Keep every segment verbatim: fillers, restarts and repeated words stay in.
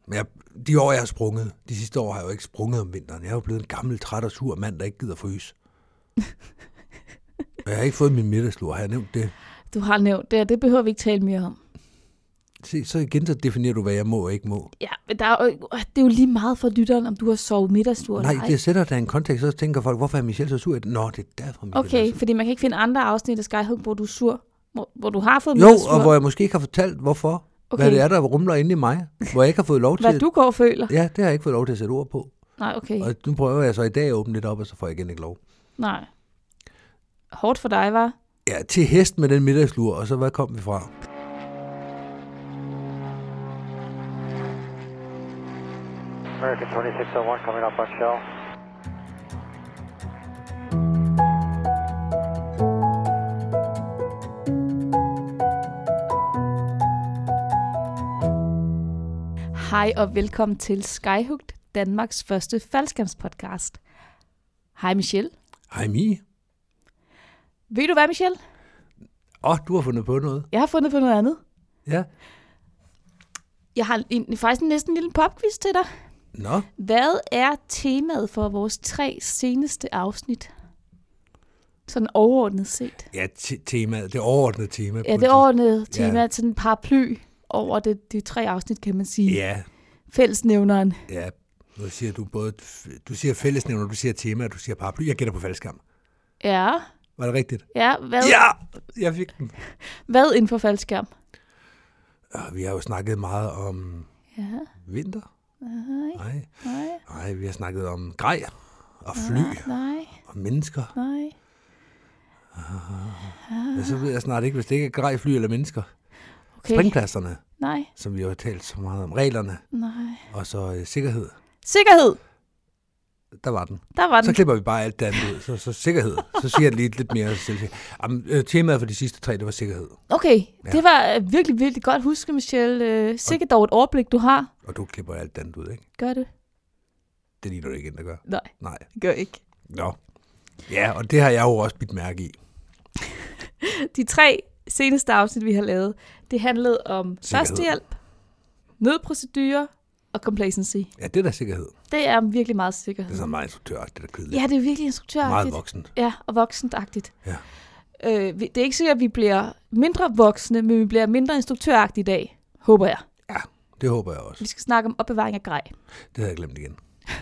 Men jeg, de år, jeg har sprunget, de sidste år har jeg jo ikke sprunget om vinteren. Jeg er jo blevet en gammel, træt og sur mand, der ikke gider fryse. Og jeg har ikke fået min middagslur. Har jeg nævnt det? Du har nævnt det, og det behøver vi ikke tale mere om. Se, så igen, så definerer du, hvad jeg må og ikke må. Ja, men der er jo, det er jo lige meget for lytteren, om du har sovet middagslur eller ej. Nej, det sætter der en kontekst, så tænker folk, hvorfor er Michelle så sur? Nå, det er derfor, Michelle Okay, er sur. fordi man kan ikke finde andre afsnit af Skyhook, hvor du er sur, hvor, hvor du har fået Jo, middagslur. og hvor jeg måske ikke har fortalt, hvorfor. Okay. Hvad det er, der rumler inde i mig, hvor jeg ikke har fået lov til. Hvad du går og føler? Ja, det har jeg ikke fået lov til at sætte ord på. Nej, okay. Og nu prøver jeg så i dag at åbne lidt op, og så får jeg igen ikke lov. Nej. Hårdt for dig, var? Ja, til hest med den middagslur, og så hvad kom vi fra? American twenty-six oh one coming up on shell. Hej og velkommen til Skyhook, Danmarks første faldskærmspodcast. Hej Michelle. Hej Mie. Ved du hvad, Michelle? Åh, oh, du har fundet på noget. Jeg har fundet på noget andet. Ja. Jeg har en, faktisk næsten en lille popquiz til dig. Nå. Hvad er temaet for vores tre seneste afsnit? Sådan overordnet set. Ja, t- temaet, det overordnede tema. Ja, det overordnede tema, ja. Sådan en paraply over det, de tre afsnit, kan man sige. Ja. Fællesnævneren. Ja, nu siger du både, du siger fællesnævner, du siger tema, og du siger paraply. Jeg gætter på faldskærm. Ja. Var det rigtigt? Ja, hvad, Ja, jeg fik den. Hvad inden for faldskærm? Og vi har jo snakket meget om Ja. vinter. Nej. Nej. Nej. Nej, vi har snakket om grej og fly Nej. og mennesker. Nej. Men så ved jeg snart ikke, hvis det ikke er grej, fly eller mennesker. Okay. Springpladserne, Nej. som vi har talt så meget om. Reglerne Nej. og så øh, sikkerhed. Sikkerhed. Der var den. Der var den. Så klipper vi bare alt det andet ud. Så, så sikkerhed. Så siger jeg lige lidt mere selvsikker. Jamen, øh, temaet for de sidste tre, det var sikkerhed. Okay, Ja. det var øh, virkelig, virkelig godt husket, Michelle. Øh, sikkert dog et overblik, du har. Og du klipper alt det andet ud, ikke? Gør det? Det ligner du ikke, der gør. Nej, Nej. gør ikke. Nå. Ja, og det har jeg jo også bidt mærke i. De tre seneste afsnit, vi har lavet, det handlede om Sikkerhed. førstehjælp, nødprocedurer og complacency. Ja, det er da sikkerhed. Det er virkelig meget Det sikkerhed. er sådan meget instruktøragtigt, det er kedeligt. Ja, det er virkelig instruktøragtigt. Meget voksent. Ja, og voksentagtigt. Ja. Øh, vi- det er ikke sikkert, at vi bliver mindre voksne, men vi bliver mindre instruktøragtige i dag, håber jeg. Ja, det håber jeg også. Vi skal snakke om opbevaring af grej. Det havde jeg glemt igen.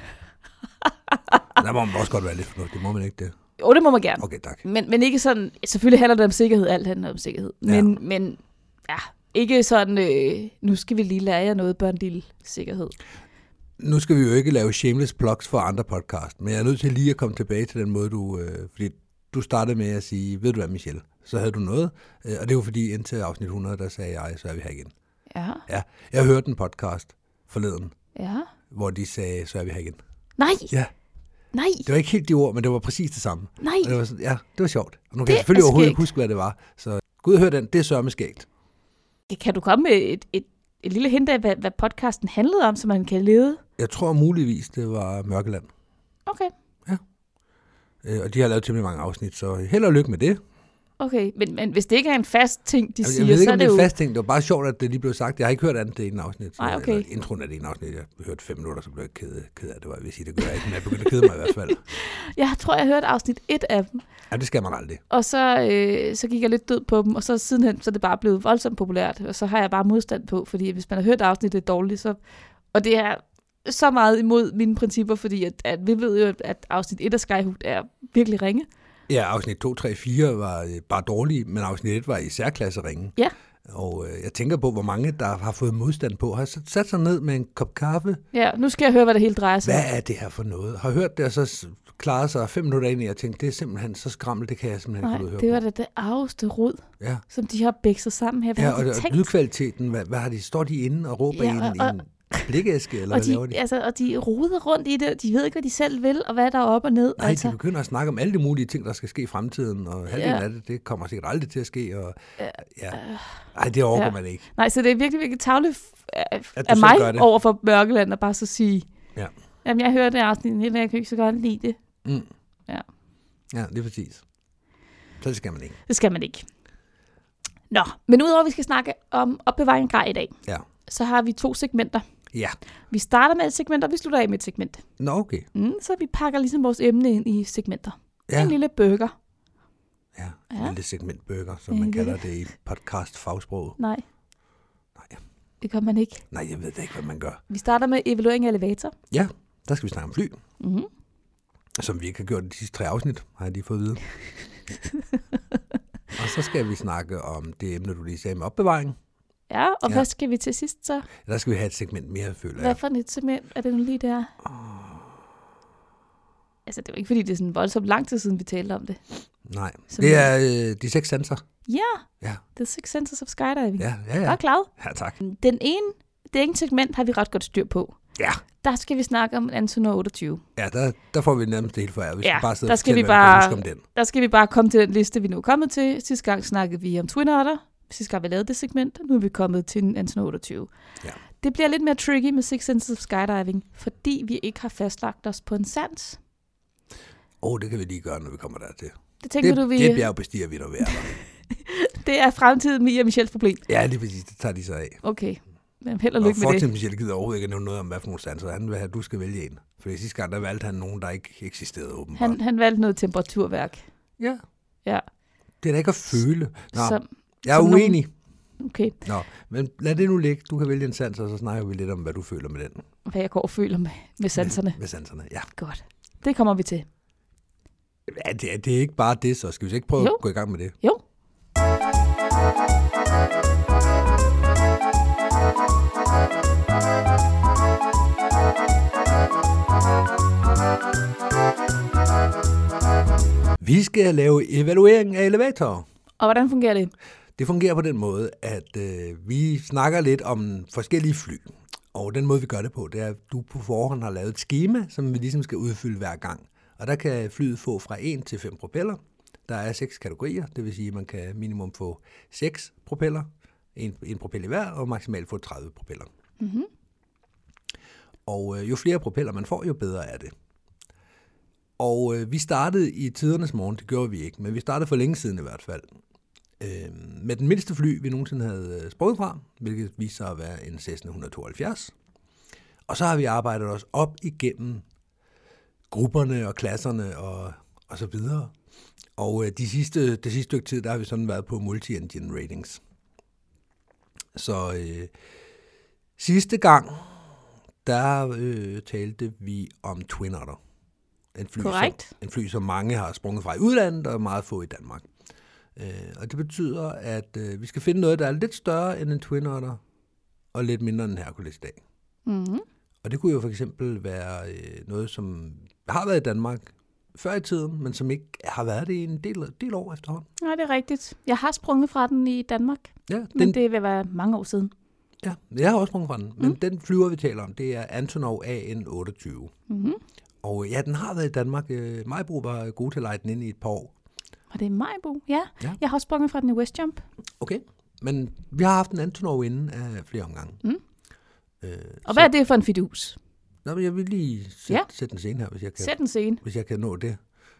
Der må man også godt være lidt fornuftig, må man ikke det? Jo, det må man gerne. Okay, tak. Men, men ikke sådan, selvfølgelig handler det om sikkerhed, alt handler om sikkerhed. Men, Ja. men ja, ikke sådan, øh, nu skal vi lige lære jer noget børnedel sikkerhed. Nu skal vi jo ikke lave shameless plugs for andre podcast, men jeg er nødt til lige at komme tilbage til den måde, du... Øh, fordi du startede med at sige, ved du hvad, Michelle? Så havde du noget, øh, og det var fordi indtil afsnit hundrede, der sagde jeg, så er vi her igen. Ja, Ja, jeg hørte en podcast forleden, ja. hvor de sagde, så er vi her igen. Nej, Ja, nej, det var ikke helt de ord, men det var præcis det samme. nej. Og det var sådan, ja, det var sjovt. Og nu kan Det jeg selvfølgelig er overhovedet skægt. ikke huske, hvad det var. Så gå ud og hør den, det er sørme skægt. Kan du komme med et, et, et lille hint af, hvad, hvad podcasten handlede om, så man kan lede? Jeg tror muligvis, det var Mørkeland. Okay, Øh, og de har lavet temmelig mange afsnit, så held og lykke med det. okay. Men, men hvis det ikke er en fast ting, de Jeg, siger, jeg ved så ikke, er om det det er jo... fast ting. Det var bare sjovt, at det lige blev sagt. Jeg har ikke hørt andet det ene afsnit. Så, Nej, okay. Eller introen af det ene afsnit. Jeg hørte fem minutter, så blev jeg ked, ked af det. Var jeg ved at sige, det gør jeg ikke, men jeg begyndte at kede mig i hvert fald. Jeg tror, jeg hørte afsnit et af dem, Ja, det skal man aldrig. og så, øh, så gik jeg lidt død på dem, og så sidenhen, så er det bare blevet voldsomt populært, og så har jeg bare modstand på, fordi hvis man har hørt afsnittet dårligt, så... Og det er så meget imod mine principper, fordi at, at vi ved jo, at afsnit et af Skyhook er virkelig ringe. Ja, afsnit to, tre, fire var øh, bare dårlige, men afsnit et var i særklasse ringe. Ja. Og øh, jeg tænker på, hvor mange, der har fået modstand på, har sat sat sig ned med en kop kaffe. Ja, nu skal jeg høre, hvad det hele drejer sig om. Hvad er det her for noget? Har hørt det, og så s- klaret sig fem minutter ind i, og tænkte, det er simpelthen så skrammel, det kan jeg simpelthen Nej, ikke høre det var på. da det arveste rod, Ja, som de har bækset sammen her. Hvad ja har og, de og tænkt? lydkvaliteten, hvad, hvad har de? Står de inde og råber Ja, i en, og- i en blikæske, eller Og hvad laver de? de, altså, og de roder rundt i det, og de ved ikke, hvad de selv vil, og hvad der er op og ned. Nej, altså. de begynder at snakke om alle de mulige ting, der skal ske i fremtiden, og halvdelen Ja. af det, det kommer sikkert aldrig til at ske, og Ja. ja. Ej, det overgår Ja. man ikke. Nej, så det er virkelig, virkelig tavligt af, At du af selv mig gør det. over for Mørkeland, og bare så sige, Ja. jamen jeg hørte det afsnit, men jeg kan ikke så godt lide det. Mm. Ja. Ja, det er præcis. Så det skal man ikke. Det skal man ikke. Nå, men udover at vi skal snakke om opbevaring af grej i dag, Ja. så har vi to segmenter. Ja. Vi starter med et segment, og vi slutter af med et segment. Nå, okay. Mm, så vi pakker ligesom vores emne ind i segmenter. Ja. En lille burger. Ja, en Ja. lille segmentburger, som En man lille- kalder det i podcast-fagsprog. Nej, Nej, det gør man ikke. nej, jeg ved da ikke, hvad man gør. Vi starter med evaluering af elevator. Ja, der skal vi snakke om fly, Mm-hmm. som vi ikke har gjort de sidste tre afsnit, har jeg lige fået at vide. Og så skal vi snakke om det emne, du lige sagde med opbevaring. Ja, og Ja. ja. hvad skal vi til sidst så? Der skal vi have et segment mere, føler Hvad jeg. for et segment er det nu lige der? Altså, det var ikke fordi, det er sådan voldsomt lang tid siden, vi talte om det. Nej, Som- det er øh, de seks sensorer. Ja, Ja, The Six Senses of Skydiving. ja, ja. Ja. Ja, Klaret. ja tak. Den ene, det ene segment har vi ret godt styr på. Ja, Der skal vi snakke om Antonov otteogtyve. ja der, der får vi nærmest det hele for jer. Vi skal Ja, bare sidde der og skal fortælle, vi hvad vi bare- kan huske om den. Der skal vi bare komme til den liste, vi nu er kommet til. Sidste gang snakkede vi om Twin Otter. Sidste gang vi lavede det segment. Nu er vi kommet til en Antonov otteogtyve. Ja. Det bliver lidt mere tricky med Six Senses of Skydiving, fordi vi ikke har fastlagt os på en sans. Åh, oh, det kan vi lige gøre, når vi kommer dertil. Det tænker Det, du, vi... det bjergbestiger vi, når vi er der. det er fremtiden Mia og Michelles problem. Ja, lige præcis. Det tager de sig af. Okay. Men held og Og lykke med det. fortiden Michelle gider overhovedet ikke at nævne noget om, hvad for nogle sanser. Han vil have, at du skal vælge en. For sidste gang, der valgte han nogen, der ikke eksisterede åbenbart. Han, han valgte noget temperaturværk. Ja. Ja. Det er da ikke at føle. Nå, Som, jeg er som uenig. okay. Nå, men lad det nu ligge. Du kan vælge en sans, og så snakker vi lidt om, hvad du føler med den. Hvad jeg går og føler med, med sanserne. Med, med sanserne, ja. Godt. Det kommer vi til. ja det, er, det er ikke bare det, så skal vi så ikke prøve Jo. at gå i gang med det? Jo. Vi skal lave evaluering af elevatorer. Og hvordan fungerer det? Det fungerer på den måde, at øh, vi snakker lidt om forskellige fly. Og den måde, vi gør det på, det er, at du på forhånd har lavet et schema, som vi ligesom skal udfylde hver gang. Og der kan flyet få fra en til fem propeller. Der er seks kategorier, det vil sige, at man kan minimum få seks propeller, en, en propel i hver, og maksimalt få tredive propeller. Mm-hmm. Og øh, jo flere propeller man får, jo bedre er det. Og øh, vi startede i tidernes morgen, det gjorde vi ikke, men vi startede for længe siden i hvert fald. Øh, med den mindste fly, vi nogensinde havde øh, sprunget fra, hvilket viser sig at være en Cessna et hundrede tooghalvfjerds. Og så har vi arbejdet os op igennem grupperne og klasserne og, og så videre. Og øh, de sidste, det sidste stykke tid, der har vi sådan været på multi-engine ratings. Så øh, sidste gang, der øh, talte vi om Twin Otter. En fly, Korrekt. som, en fly, som mange har sprunget fra i udlandet, og meget få i Danmark. Øh, og det betyder, at øh, vi skal finde noget, der er lidt større end en Twin Otter, og lidt mindre end en Hercules i dag. Mm-hmm. Og det kunne jo for eksempel være øh, noget, som har været i Danmark før i tiden, men som ikke har været det i en del, del år efterhånden. Nej, det er rigtigt. Jeg har sprunget fra den i Danmark, Ja, men den, det vil være mange år siden. ja, jeg har også sprunget fra den, men Mm. den flyver, vi taler om, det er Antonov A N otteogtyve. Mm-hmm. Og ja, den har været i Danmark. Øh, Majbro var god til at lege den ind i et par år. Og det er Majbo, ja. Ja. Jeg har også sprunget fra den i Westjump. Okay, men vi har haft en Antonov inden af flere omgange. Mm. Øh, Og hvad er det for en fidus? Nå, men jeg vil lige sætte, Ja. sætte den scene her, hvis jeg kan, Sæt en scene. hvis jeg kan nå det.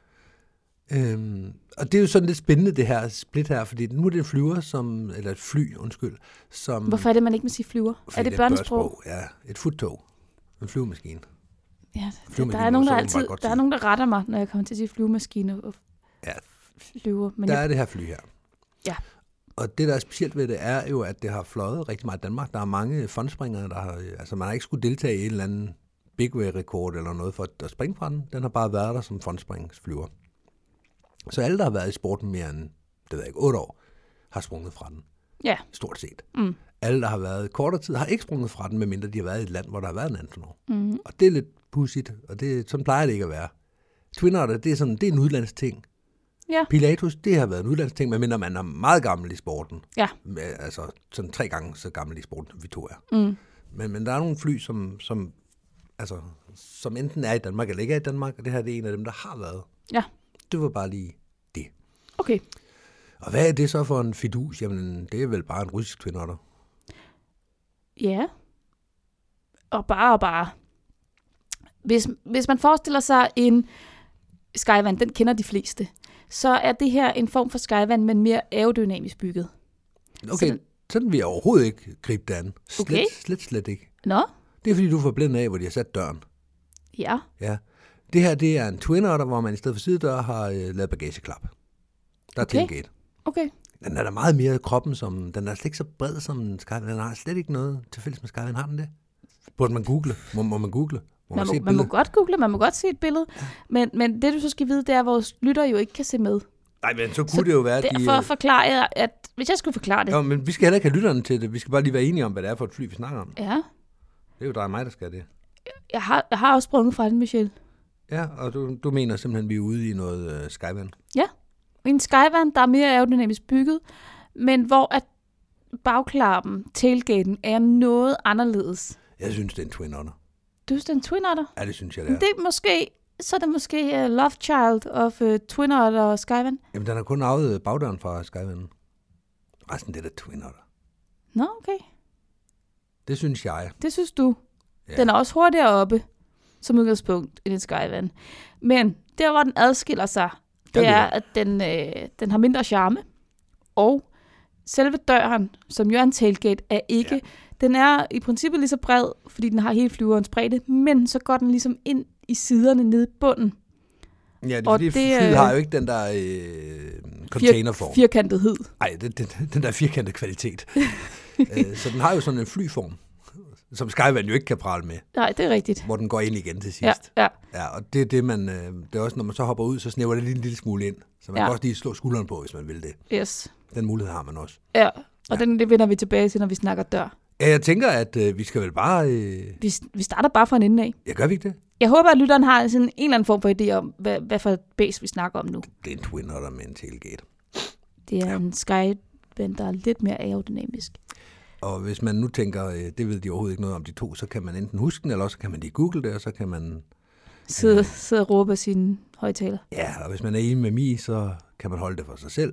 Øhm, og det er jo sådan lidt spændende, det her split her, fordi nu er det en flyver, som, eller et fly, undskyld, som... Hvorfor er det, man ikke må sige flyver? fordi Er det børnesprog? Ja, et futtog. En flyvemaskine. Ja, Flyvemaskine der er nogen, må der så altid, åbenbart godt der er sige. nogen, der retter mig, når jeg kommer til at sige flyvemaskine og Ja. flyver. Men Der jeg, er det her fly her. Ja. Og det, der er specielt ved det, er jo, at det har fløjet rigtig meget i Danmark. Der er mange fondspringere, der har... Altså, man har ikke skulle deltage i en eller anden big way-rekord eller noget for at springe fra den. Den har bare været der som fondspringsflyver. Så alle, der har været i sporten mere end, det ved jeg ikke, otte år, har sprunget fra den. Ja. Stort set. Mm. Alle, der har været kortere tid, har ikke sprunget fra den, medmindre de har været i et land, hvor der har været en Antonov. Mm-hmm. Og det er lidt pudsigt, og det, sådan plejer det ikke at være. Twin Otter, det er, sådan, det er en udlandsting. Ja. Pilatus, det har været en udlandsting, medmindre man er meget gammel i sporten. Ja. Med, altså sådan tre gange så gammel i sporten, som vi to er. Mm. Men, men der er nogle fly, som, som, altså, som enten er i Danmark eller ikke er i Danmark, og det her det er en af dem, der har været. Ja. Det var bare lige det. Okay. Og hvad er det så for en fidus? Jamen, det er vel bare en russisk Twin Otter. Ja. Og bare og bare. Hvis, hvis man forestiller sig en Skyvan, den kender de fleste, så er det her en form for Skyvan, men mere aerodynamisk bygget. Okay, Sådan- sådan vil jeg overhovedet ikke gribe det an. Slet, Okay. slet, slet ikke. Nå, Det Det er, fordi du får blændet af, hvor de har sat døren. Ja. Ja. Det her, det er en Twin Otter, hvor man i stedet for sidedør har øh, lavet bagageklap. Der er Okay. tailgate. Okay. Den er da meget mere i kroppen, som, den er slet ikke så bred som Skyline. Den har slet ikke noget til fælles med Skyline. Har den det? Burde man google? Må, må man google? Må Man, man, må, se et man må billede? godt google, man må godt se et billede. Ja. Men, men det, du så skal vide, det er, at vores lytter jo ikke kan se med. Nej, men så kunne Så det jo være, at de... Derfor forklarer jeg, at hvis jeg skulle forklare det. Jo, men vi skal heller ikke have lytterne til det. Vi skal bare lige være enige om, hvad det er for et fly, vi snakker om. Ja. Det er jo dig og mig, der skal det. Jeg har, jeg har også sprunget fra den, Michelle. Ja, og du, du mener simpelthen, at vi er ude i noget uh, Skyvan. Ja. En Skyvan, der er mere aerodynamisk bygget, men hvor at bagklappen, tailgaten, er noget anderledes. Jeg synes, det er en Twin Otter. Du synes, det er en Twin Otter? Ja, det synes jeg, det er. Det er måske, så er det måske uh, Love Child of uh, Twin Otter og Skyvan. Jamen, den har kun arvet bagdøren fra Skyvan. Resten, det er da Twin Otter. Nå, okay. Det synes jeg. Det synes du. Ja. Den er også hurtigere oppe, som udgangspunkt, end en Skyvan. Men der, hvor den adskiller sig, det Den er, er- at den, øh, den har mindre charme. Og selve døren, som jo er en tailgate, er ikke... Ja. Den er i princippet lige så bred, fordi den har hele flyverens bredde, men så går den ligesom ind i siderne nede i bunden. Ja, det er Og fordi, det, flyet øh, har jo ikke den der øh, containerform. Fir- firkantethed. Nej, den, den, den der firkantede kvalitet. øh, så den har jo sådan en flyform, som Skyvan jo ikke kan prale med, Nej, det er rigtigt. hvor den går ind igen til sidst. Ja, ja. Ja, og det er det, man... Øh, det er også, når man så hopper ud, så snæver det lige en lille smule ind. Så man Ja. kan også lige slå skulderen på, hvis man vil det. Yes. Den mulighed har man også. Ja, og Ja. den det vender vi tilbage til, når vi snakker dør. Ja, jeg tænker, at øh, vi skal vel bare... Øh, Vi, vi starter bare fra en ende af. ja, gør vi ikke det? Jeg håber, at lytteren har sådan en eller anden form for idé om, hvad, hvad for et base vi snakker om nu. Det er en Twin Otter med en tailgate. Det er Ja. ja. en Skyvan, der er lidt mere aerodynamisk. Og hvis man nu tænker, øh, det ved de overhovedet ikke noget om de to, så kan man enten huske den, eller også kan man lige google det, og så kan man... Sidde, sidde og råbe af sine højtaler. Ja, og hvis man er enig med mig, så kan man holde det for sig selv.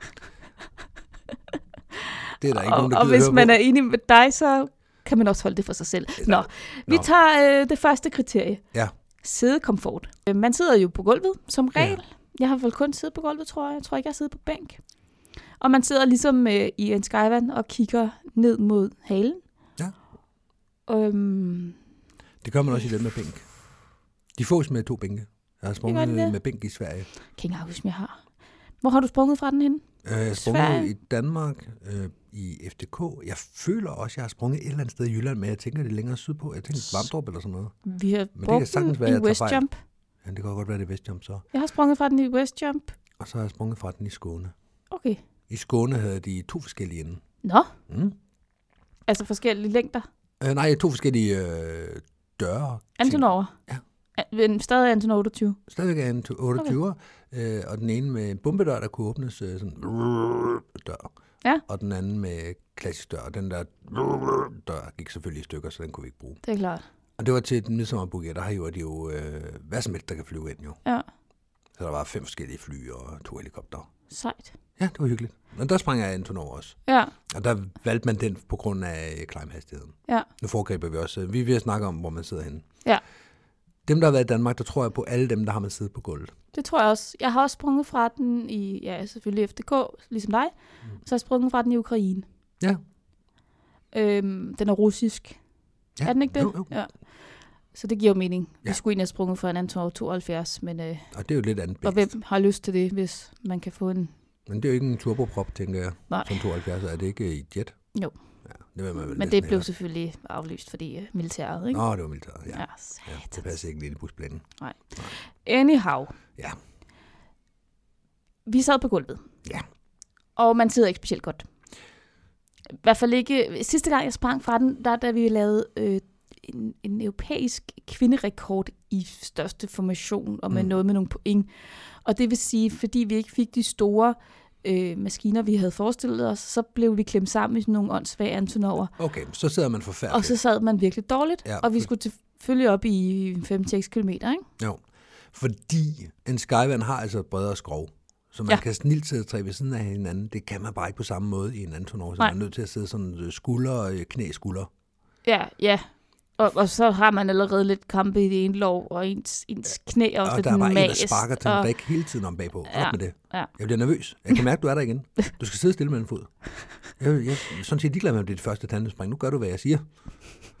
Det er der ikke Og, nogen, der og gider hvis høre man på. er enig med dig, så kan man også holde det for sig selv. Nå, vi Nå. tager øh, det første kriterie. Ja. Sædekomfort. Øh, Man sidder jo på gulvet, som regel. Ja. Jeg har vel kun siddet på gulvet, tror jeg. Jeg tror ikke, jeg har siddet på bænk. Og man sidder ligesom øh, i en Skyvan og kigger ned mod halen. Ja. Øhm, Det gør man også i dem med bænk. De fås med to bænke. Jeg har sprunget de det? med bænk i Sverige. kan ikke huske, om jeg har. Hvor har du sprunget fra den hen? Øh, Jeg har sprunget Sverige? i Danmark, øh, i F D K. Jeg føler også, at jeg har sprunget et eller andet sted i Jylland, men jeg tænker, det er længere sydpå. Jeg tænker Vamdrup eller sådan noget. Vi har det kan brugt sagtens den være, i jeg tager West fejl. Jump. Ja, det kan godt være, det er Vestjump så. Jeg har sprunget fra den i West Jump. Og så har jeg sprunget fra den i Skåne. Okay. I Skåne havde de to forskellige inde. Nå, Mm. altså forskellige længder. Øh, nej, to forskellige øh, døre. Antonov. Ja. Ja. Stadig Antonov otteogtyve. Stadigvæk er en otteogtyve, okay. øh, og den ene med en bombedør, der kunne åbnes øh, sådan dør. Ja. Og den anden med klassisk dør, og den der dør gik selvfølgelig i stykker, så den kunne vi ikke bruge. Det er klart. Og det var til den midsommerbuket, der har jo de jo øh, hvad som helst, der kan flyve ind jo. Ja, Så der var fem forskellige fly og to helikoptere. sejt. Ja, det var hyggeligt. Men der sprang jeg Antonov også. Ja, Og der valgte man den på grund af climb-hastigheden. ja, Nu foregriber vi også. Vi er ved at snakke om, hvor man sidder henne. ja. Dem, der har været i Danmark, der tror jeg på alle dem, der har man siddet på gulvet. Det tror jeg også. Jeg har også sprunget fra den i, ja, selvfølgelig F D K, ligesom dig. Mm. Så har jeg sprunget fra den i Ukraine. Ja. Øhm, den er russisk. Ja. Er den ikke det? Jo, jo. Ja. Så det giver jo mening. Ja. Jeg skulle egentlig have sprunget fra en Antonov tooghalvfjerds, men øh, Og det er jo lidt andet og bedst. hvem har lyst til det, hvis man kan få en... Men det er jo ikke en turboprop, tænker jeg. Nej. Som tooghalvfjerds, er det ikke i jet? Jo. Ja, det vil man vel Men næsten det blev hellere. selvfølgelig aflyst, fordi øh, militæret, ikke? Nå, det var militæret, ja. Ja, ja. Det satans. passer ikke lidt i busplanen. Anyhow. Ja. Vi sad på gulvet. Ja. Og man sidder ikke specielt godt. I hvert fald ikke... Sidste gang, jeg sprang fra den, der da vi lavede øh, en, en europæisk kvinderekord i største formation, og med Mm. noget med nogle point. Og det vil sige, fordi vi ikke fik de store øh, maskiner, vi havde forestillet os, så blev vi klemt sammen i sådan nogle åndssvage Antonover. Okay, så sidder man forfærdeligt. Og så sad man virkelig dårligt, Ja, og vi for- skulle selvfølgelig op i fem til seks kilometer, ikke? Jo, fordi en Skyvan har altså et bredere skrov. Så man Ja. ja. kan snilt sidde tre ved siden af hinanden. Det kan man bare ikke på samme måde i en Antonov. Så Nej. man er nødt til at sidde sådan øh, skulder, øh, knæ, skulder. Ja, ja. Og, og så har man allerede lidt kampe i det ene lov, og ens, ens knæ er også Og lidt der er bare en, der mast, sparker til en og- brik hele tiden om bagpå. Op Ja, med det. ja. Jeg bliver nervøs. Jeg kan mærke, du er der igen. Du skal sidde stille med en fod. Jeg, jeg er sådan set ligeglad med, om det er det første tandemspring. Nu gør du, hvad jeg siger.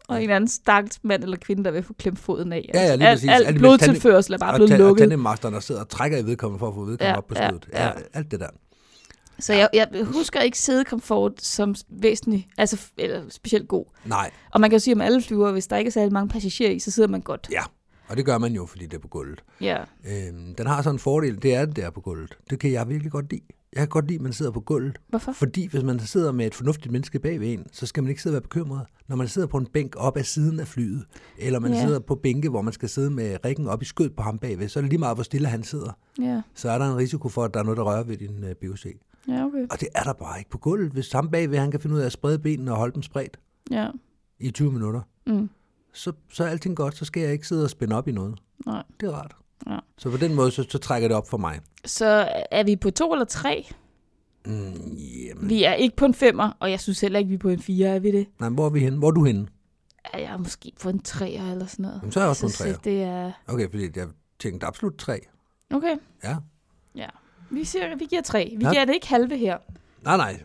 Og en eller anden stakkels mand eller kvinde, der vil få klemt foden af. Ja, ja, lige præcis. Alt, alt blodtilførsel er bare blevet og lukket. Og tandemasteren, der sidder og trækker i vedkommende for at få vedkommende ja, op på stedet. Ja, ja. Alt det der. Så jeg, jeg husker ikke sædekomfort som væsentlig, altså eller specielt god. Nej. Og man kan jo sige om alle flyver, hvis der ikke er særlig mange passagerer i, så sidder man godt. Ja, og det gør man jo, fordi det er på gulvet. Ja. Øhm, den har sådan en fordel, det er, at det er på gulvet. Det kan jeg virkelig godt lide. Jeg kan godt lide, at man sidder på gulvet. Hvorfor? Fordi hvis man sidder med et fornuftigt menneske bagved en, så skal man ikke sidde og være bekymret. Når man sidder på en bænk op ad siden af flyet, eller man ja. sidder på bænke, hvor man skal sidde med ryggen op i skød på ham bagved, så er det lige meget, hvor stille han sidder. Ja. Så er der en risiko for, at der er noget, der rører ved din uh, B O C. Ja, okay. Og det er der bare ikke på gulvet. Hvis ham bagved, han kan finde ud af at sprede benene og holde dem spredt ja. i tyve minutter, mm. så, så er alting godt. Så skal jeg ikke sidde og spænde op i noget. Nej. Det er rart. Ja. Så på den måde, så, så trækker det op for mig. Så er vi på to eller tre? Mm, jamen. Vi er ikke på en femmer, og jeg synes heller ikke, vi er på en fire, er vi det? Nej, hvor er vi henne? Hvor er du henne? Ja, jeg er måske på en treer eller sådan noget. Jamen, så er jeg også på en så, treer. så det er... Okay, fordi jeg tænkte absolut tre. Okay. Ja. Ja. Vi, siger, vi giver tre. Vi ja. giver det ikke halve her. Nej, nej.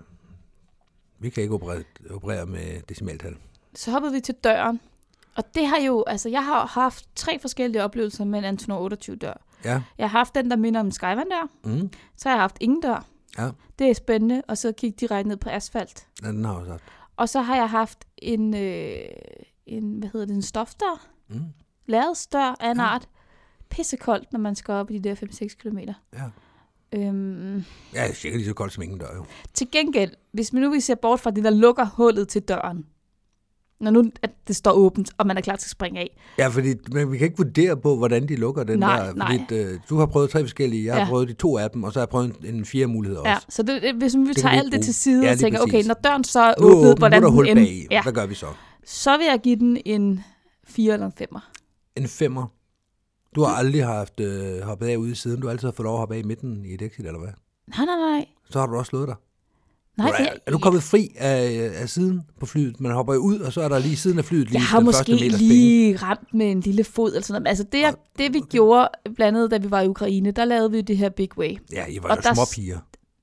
Vi kan ikke operere, operere med decimaltal. Så hoppede vi til døren. Og det har jo, altså jeg har haft tre forskellige oplevelser med en Antonov otteogtyve dør. Ja. Jeg har haft den, der minder om en Skyvan dør. Mm. Så har jeg haft ingen dør. Ja. Det er spændende, og så kigge direkte ned på asfalt. Ja, den har jeg også haft. Og så har jeg haft en, øh, en hvad hedder det, en stofdør. Mm. Lærredsdør af en ja. art. Pissekoldt, når man skal op i de der fem til seks kilometer. Ja. Øhm, ja, det er sikkert lige så koldt som ingen dør jo. Til gengæld, hvis man nu vil se bort fra det, der lukker hullet til døren, når nu at det står åbent, og man er klar til at springe af. Ja, fordi men vi kan ikke vurdere på, hvordan de lukker den nej, der. Nej. Fordi øh, du har prøvet tre forskellige, jeg har ja. prøvet de to af dem, og så har jeg prøvet en, en fjerde mulighed også. Ja, så det, hvis vi tager alt det til side ja, og tænker, præcis. okay, når døren så er nu er åbnet, åben, hvordan nu er der hul den bag. Ja. Hvad gør vi så? Så vil jeg give den en fire eller en femmer. En femmer? Du har aldrig haft øh, hoppet af ude i siden. Du har altid har fået lov at hoppe af i midten i et exit, eller hvad? Nej, nej, nej. Så har du også slået dig. Nej, er, jeg, er du kommet fri af, af siden på flyet? Man hopper jo ud, og så er der lige siden af flyet lige jeg har den måske første meters lige penge. ramt med en lille fod eller sådan noget. Altså det, jeg, det vi gjorde, blandt andet da vi var i Ukraine, der lavede vi det her Big Way. Ja, I var og jo der, små piger.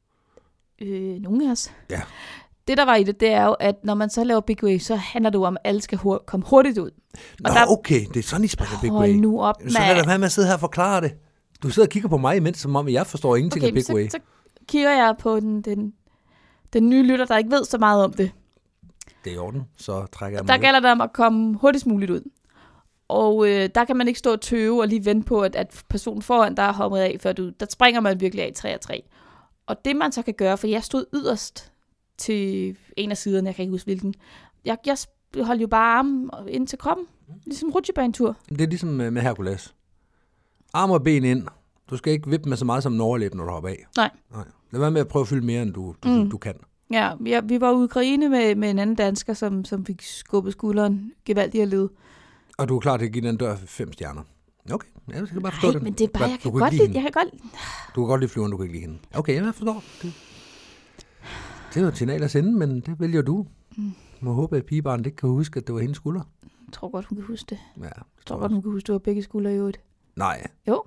Øh, nogle af os. Ja. Det, der var i det, det er jo, at når man så laver Big Way, så handler det jo om, at alle skal hur- komme hurtigt ud. Nå, og der, okay. Det er sådan, I springer Big Way. Hold nu op, Så lad da være med at sidde her og forklare det. Du sidder og kigger på mig imens, som om jeg forstår ingenting okay, af Big så, Way. så kigger jeg på den, den, den nye lytter, der ikke ved så meget om det. Det er i orden, så trækker jeg mig Der ud. gælder det om at komme hurtigst muligt ud. Og øh, der kan man ikke stå og tøve og lige vente på, at, at personen foran der er hoppet af, før du, der springer man virkelig af tre og tre. Og det man så kan gøre, for jeg stod yderst til en af siderne, jeg kan ikke huske hvilken. Jeg, jeg holdt jo bare armen ind til kroppen, ligesom rutsjebanetur. Det er ligesom med Hercules. Arm og ben ind. Du skal ikke vippe med så meget som en overlæb, når du hopper af. Nej. Nej. Lad være med at prøve at fylde mere, end du, du, Mm. du kan. Ja, vi, vi var i Ukraine med, med en anden dansker, som, som fik skubbet skulderen gevaldigt af led. Og du er klar til at give den dør fem stjerner. Okay, ja, jeg skal bare forstå Nej, den. men det er bare, Hvad? jeg Du kan kunne godt ikke lide, jeg kan godt Du kan godt lide flyveren, du kan ikke lide hende. Okay, jeg forstår. Det, det er jo et signal at sende, men det vælger du. Mm. Jeg må håbe, at pigebarnet ikke kan huske, at det var hendes skulder. Jeg tror godt, hun kan huske det. Ja, Jeg tror godt, hun kan huske, det var begge skuldre i øvrigt. Nej. Jo.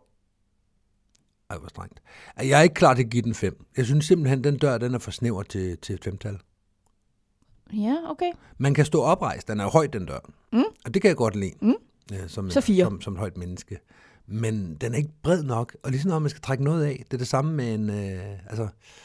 Ej, hvor strengt. Jeg er ikke klar til at give den fem. Jeg synes simpelthen, den dør, den er for snæver til, til et femtal. Ja, okay. Man kan stå oprejst. Den er jo højt, den dør. Mm. Og det kan jeg godt lide. Mm. Ja, som, Så fire. Som, som et højt menneske. Men den er ikke bred nok. Og ligesom når man skal trække noget af, det er det samme med en... Øh, altså,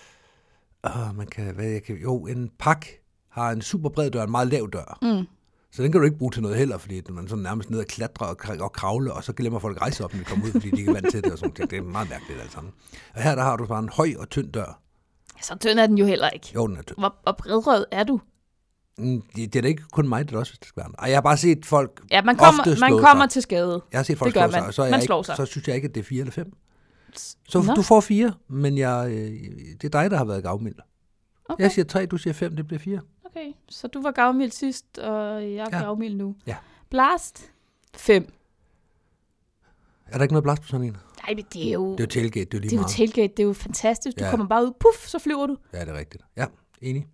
øh, man kan, hvad jeg kan... Jo, en pak har en super bred dør, en meget lav dør. Mm. Så den kan du ikke bruge til noget heller, fordi man er sådan nærmest ned og klatre og, og kravle, og så glemmer folk at rejse op, når de kommer ud, fordi de ikke er vant til det. Og sådan. Det er meget mærkeligt alt sammen. Og her der har du bare en høj og tynd dør. Så tynd er den jo heller ikke. Jo, den er tynd. Hvor, hvor bredrød er du? Mm, det, det er da ikke kun mig, det er også, hvis det skal være. Og jeg har bare set folk Ja, man kommer, ofte man slå kommer sig. til skade. Jeg har set folk Det gør slå sig, man. og så, er Man jeg slår ikke, sig. så synes jeg ikke, at det er fire eller fem. Så Nå. du får fire, men jeg, øh, det er dig, der har været gavmild. Okay. Jeg siger tre, du siger fem, det bliver fire. Okay, så du var gavmild sidst, og jeg er Ja. gavmild nu. Ja. Blast? fem. Er der ikke noget blast på sådan en? Nej, men det er jo... Det er jo tailgate, det er jo lige det er jo meget. tailgate, det er jo fantastisk. Du Ja. kommer bare ud, puff, så flyver du. Ja, det er rigtigt. Ja, enig.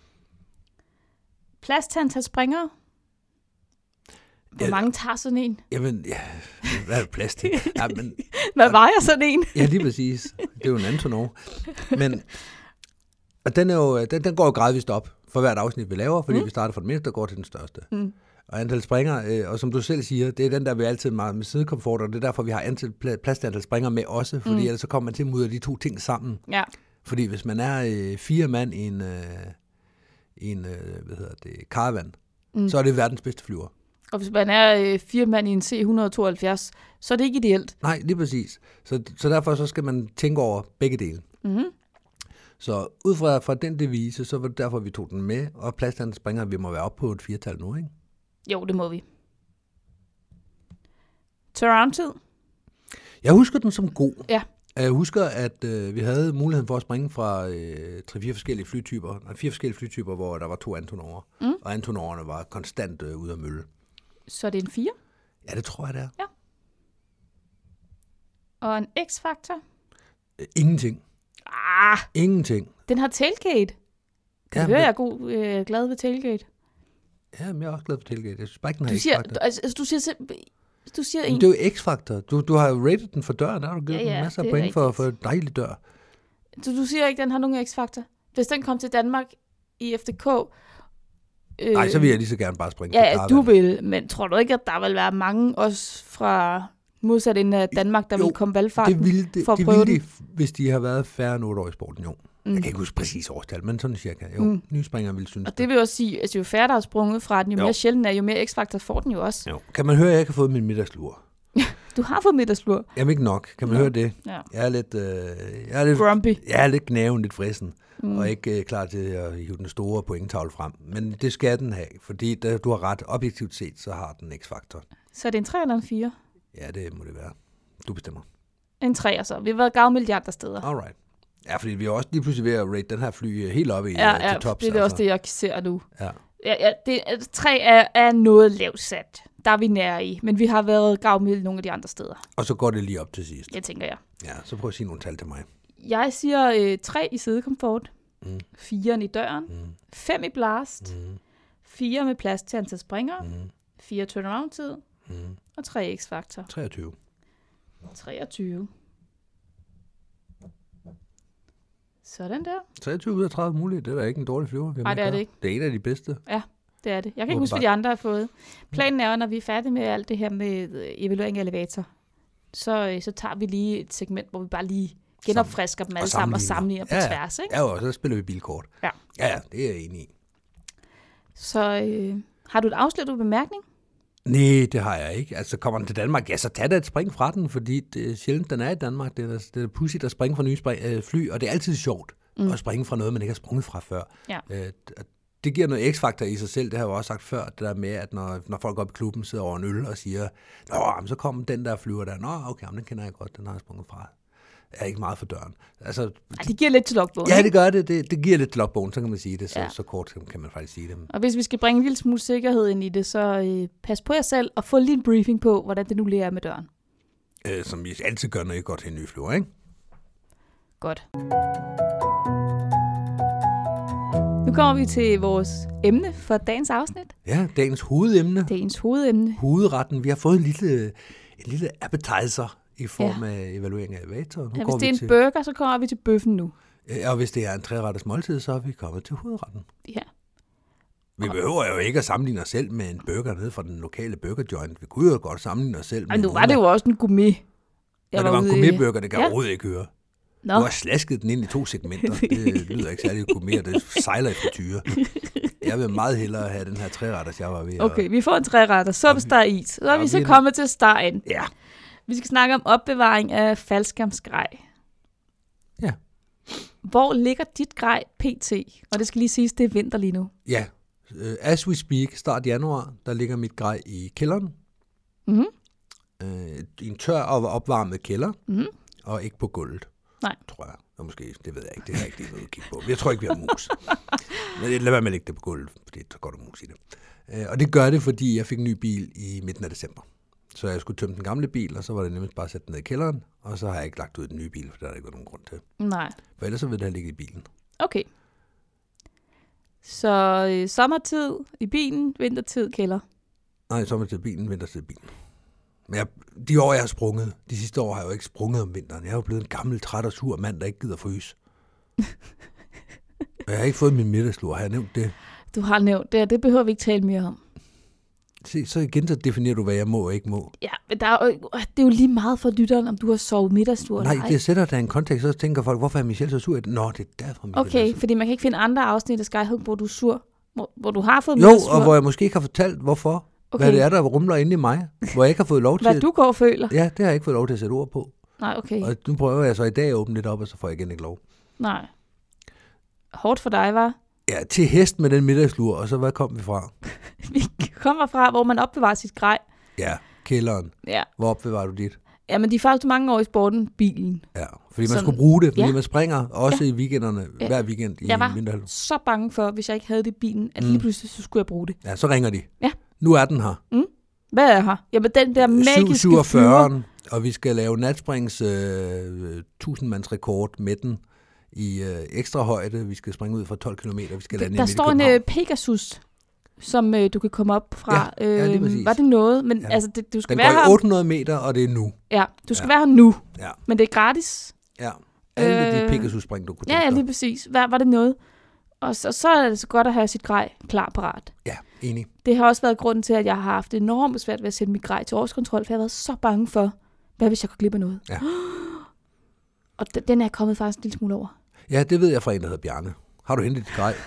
Plads til antal springere? Hvor Ja. mange tager sådan en? Jamen, ja, hvad er det plads til? Ja, men, Hvad vejer sådan en? ja, lige præcis. Det er jo en Antonov. Men og den, er jo, den, den går jo gradvist op, for hvert afsnit, vi laver, fordi Mm. vi starter fra den mindste og går til den største. Mm. Og antal springer, øh, og som du selv siger, det er den der, vi altid meget med sidekomfort, og det er derfor, vi har antal, plads til antal springer med også, fordi Mm. ellers så kommer man til at mudre de to ting sammen. Ja. Fordi hvis man er øh, fire mand i en, øh, i en øh, hvad hedder det, caravan, Mm. så er det verdens bedste flyver. Og hvis man er øh, fire mand i en C et hundrede og tooghalvfjerds, så er det ikke ideelt. Nej, lige præcis. Så, så derfor så skal man tænke over begge dele. Mm-hmm. Så ud fra, fra den devise, så var det derfor, vi tog den med, og plads til antal springer, vi må være oppe på et firtal nu, ikke? Jo, det må vi. Turnaround-tid? Jeg husker den som god. Ja. Jeg husker, at øh, vi havde muligheden for at springe fra øh, tre-fire forskellige flytyper, nej, fire forskellige flytyper, hvor der var to Antonover. Mm. Og Antonoverne var konstant øh, ude af mølle. Så er det en fire. Ja, det tror jeg, det er. Og en X-faktor? Øh, ingenting. Ah, Ingenting. den har tailgate. Kan Ja, du høre, men- jeg er god, øh, glad ved tailgate? Ja, men jeg er også glad for Tailgate. Jeg synes bare ikke, den har Du siger, X-faktor. altså, altså, du siger, simp- du siger Men en. det er jo X-faktor. Du, du har jo rated den for døren, der har du givet Ja, ja, ja, den masser af det er point for, rigtigt. for en dejlig dør. Du, du siger ikke, den har nogen X-faktor. Hvis den kom til Danmark i F D K... Øh, Nej, så vil jeg lige så gerne bare springe Ja, til ja, Caravan. du vil, men tror du ikke, at der vil være mange, også fra modsat ende af Danmark, der Jo, vil komme valgfarten? Det ville, det, for at det prøve ville de, hvis de har været færre end otte år i sporten, jo. Mm. Jeg kan ikke huske præcis årstal, men sådan cirka. Jo, Mm. mm. nye springere vil synes Og det vil også sige, at jo færre, der er sprunget fra den, jo Jo. mere sjældent er, jo mere X-faktor får den jo også. Jo. Kan man høre, at jeg ikke har fået min middagslur? Du har fået middagslur. Jamen ikke nok. Kan man Nå. høre det? Ja. Jeg er lidt, øh, jeg er lidt, Grumpy. jeg er lidt gnaven, lidt frissen, Mm. mm. og ikke øh, klar til at hive den store pointtavle frem. Men det skal den have, fordi der, du har ret. Objektivt set, så har den X-faktor. Så er det en tre eller en fire? Ja, det må det være. Du bestemmer. En tre, så. Vi har været gavmildt andre steder. Alright. Ja, fordi vi er også lige pludselig ved at rate den her fly helt op i Ja, øh, ja, til tops. det er også det, jeg ser nu. Ja. Ja, ja, det, tre er, er noget lavt sat. Der er vi nære i, men vi har været gavmildt nogle af de andre steder. Og så går det lige op til sidst. Jeg tænker jeg. Ja, så prøv at sige nogle tal til mig. Jeg siger øh, tre i sædekomfort, Mm. firen i døren, Mm. fem i blast, Mm. fire med plads til antal springer, Mm. fire turnaround-tid Mm. og tre X-faktor. treogtyve. treogtyve. Sådan der. treogtyve ud af tredive muligt. Det er da ikke en dårlig flyver. vi har Nej, med det er at det gøre. ikke. Det er en af de bedste. Det er det. Jeg kan ikke huske, hvad de andre har fået. Planen er jo, når vi er færdige med alt det her med øh, evaluering af elevator, så, øh, så tager vi lige et segment, hvor vi bare lige genopfrisker dem alle Og sammen og sammenligner. sammenligner på Ja, ja. tværs. Ikke? Ja, og så spiller vi bilkort. Ja. Ja, ja, det er jeg enig i. Så øh, har du et afsluttet bemærkning? Nej, det har jeg ikke. Altså, kommer den til Danmark, ja, så tag da et spring fra den, fordi det er sjældent, den er i Danmark. Det er, det er pudsigt at springe fra nye spring, øh, fly, og det er altid sjovt Mm. at springe fra noget, man ikke har sprunget fra før. Ja. Øh, det giver noget X-faktor i sig selv, det har jeg jo også sagt før, det der med, at når, når folk op i klubben sidder over en øl og siger, nå, jamen, så kommer den der flyver der, nå, okay, jamen, den kender jeg godt, den har jeg sprunget fra. Jeg er ikke meget for døren. Altså, Ej, det giver lidt til logbogen. ja, ikke? det gør det. det. Det giver lidt til logbogen, så kan man sige det. Så, Ja. så kort kan man faktisk sige det. Og hvis vi skal bringe en lille smule sikkerhed ind i det, så øh, pas på jer selv og få lige en briefing på, hvordan det nu lige er med døren. Øh, som vi altid gør, når I går til en ny flyver, ikke? Godt. Nu kommer vi til vores emne for dagens afsnit. Ja, dagens hovedemne. Dagens hovedemne. Hovedretten. Vi har fået en lille, en lille appetizer i form ja. af evaluering af elevator. Nu Ja, går hvis det er vi en til, burger, så kommer vi til bøffen nu. Ja, og hvis det er en treretters måltid, så er vi kommet til hovedretten. Ja. Vi behøver jo ikke at sammenligne os selv med en burger nede fra den lokale burger joint. Vi kunne jo godt sammenligne os selv med Og nu en var det jo også en gourmet. Ja, det var en ude i- gourmetburger, det kan jeg Ja. overhovedet ikke høre. Nå, Du har slasket den ind i to segmenter. Det lyder ikke særlig gourmet, og det sejler i frityre. Jeg vil meget hellere have den her treretters, jeg var ved at... okay, vi får en træretter. Så består is. Så er og vi så vi- kommet til stegen. Ja, Vi skal snakke om opbevaring af faldskærmsgrej. Ja. Hvor ligger dit grej P T? Og det skal lige siges, det er vinter lige nu. ja. Uh, as we speak, start januar, der ligger mit grej i kælderen. Mhm. Uh, I en tør og opvarmet kælder, Mhm. og ikke på gulvet. Nej. Tror jeg. Og måske, det ved jeg ikke, det har jeg ikke lige noget at kigge på. Jeg tror ikke, vi har mus. Men lad være med at lægge det på gulvet, fordi så går der mus i det. Uh, og det gør det, fordi jeg fik en ny bil i midten af december. Så jeg skulle tømme den gamle bil, og så var det nemmest bare at sætte den ned i kælderen, og så har jeg ikke lagt ud den nye bil, for der har der ikke været nogen grund til. Nej. For ellers så vil det have ligget i bilen. Okay. Så øh, sommertid i bilen, vintertid kælder. Nej, sommertid i bilen, vintertid i bilen. Men jeg, de år, jeg har sprunget, de sidste år har jeg jo ikke sprunget om vinteren. Jeg er jo blevet en gammel, træt og sur mand, der ikke gider fryse. Jeg har ikke fået min middagslur, har jeg nævnt det? Du har nævnt det, og det behøver vi ikke tale mere om. Se, så igen så definerer du, hvad jeg må og ikke må. Ja, men der er jo, det er jo lige meget for lytteren, om du har sovet middagslur. Nej, det sætter der en kontekst, så tænker folk, hvorfor er Michelle så sur? Nå, det er derfor, Michelle Okay, er sur. fordi man kan ikke finde andre afsnit af Skyhook, hvor du er sur. Hvor, hvor du har fået Jo, middagslur. og hvor jeg måske ikke har fortalt, hvorfor. Okay. Hvad det er, der rumler inde i mig. Hvor jeg ikke har fået lov til... Hvad du går og føler. Ja, det har jeg ikke fået lov til at sætte ord på. Nej, okay. Og nu prøver jeg så i dag at åbne lidt op, og så får jeg igen ikke lov. Nej. Hårdt for dig, var? Ja, til hest med den middagslur, og så hvad kom vi fra? Vi kommer fra, hvor man opbevarer sit grej. Ja, kælderen. Ja. Hvor opbevarer du dit? Ja, men de første mange år i sporten, bilen. Ja, fordi man Sådan. skulle bruge det, fordi Ja. man springer også Ja. i weekenderne, Ja. hver weekend i Jeg var vinterhallen. så bange for, hvis jeg ikke havde det i bilen, at Mm. lige pludselig så skulle jeg bruge det. Ja, så ringer de. Ja. Nu er den her. Mm. Hvad er her? Jamen den der magiske syv flyver. syvogfyrre, og vi skal lave natsprings øh, tusind-mands rekord med den i øh, ekstra højde. Vi skal springe ud fra tolv kilometer. Vi skal lande Der midt i står en København. øh, Pegasus, som øh, du kan komme op fra. Ja, ja, lige præcis. Var det noget? Men Ja. altså, det, du skal Den være går i her. otte hundrede meter, og det er nu. Ja, du skal Ja. være her nu. Ja, Men det er gratis. ja. Alle Øh, de Pegasus-spring, du kunne Ja, tænke ja, dig. lige præcis. Hvad var det noget? Og så, så er det så godt at have sit grej klar parat. Ja, enig. Det har også været grunden til, at jeg har haft enormt svært ved at sætte mit grej til årskontrol, for jeg har været så bange for, hvad hvis jeg går glip af noget? Ja. Og d- den er jeg kommet faktisk en lille smule over. Ja, det ved jeg fra en, der hedder Bjarne. Har du hentet dit grej?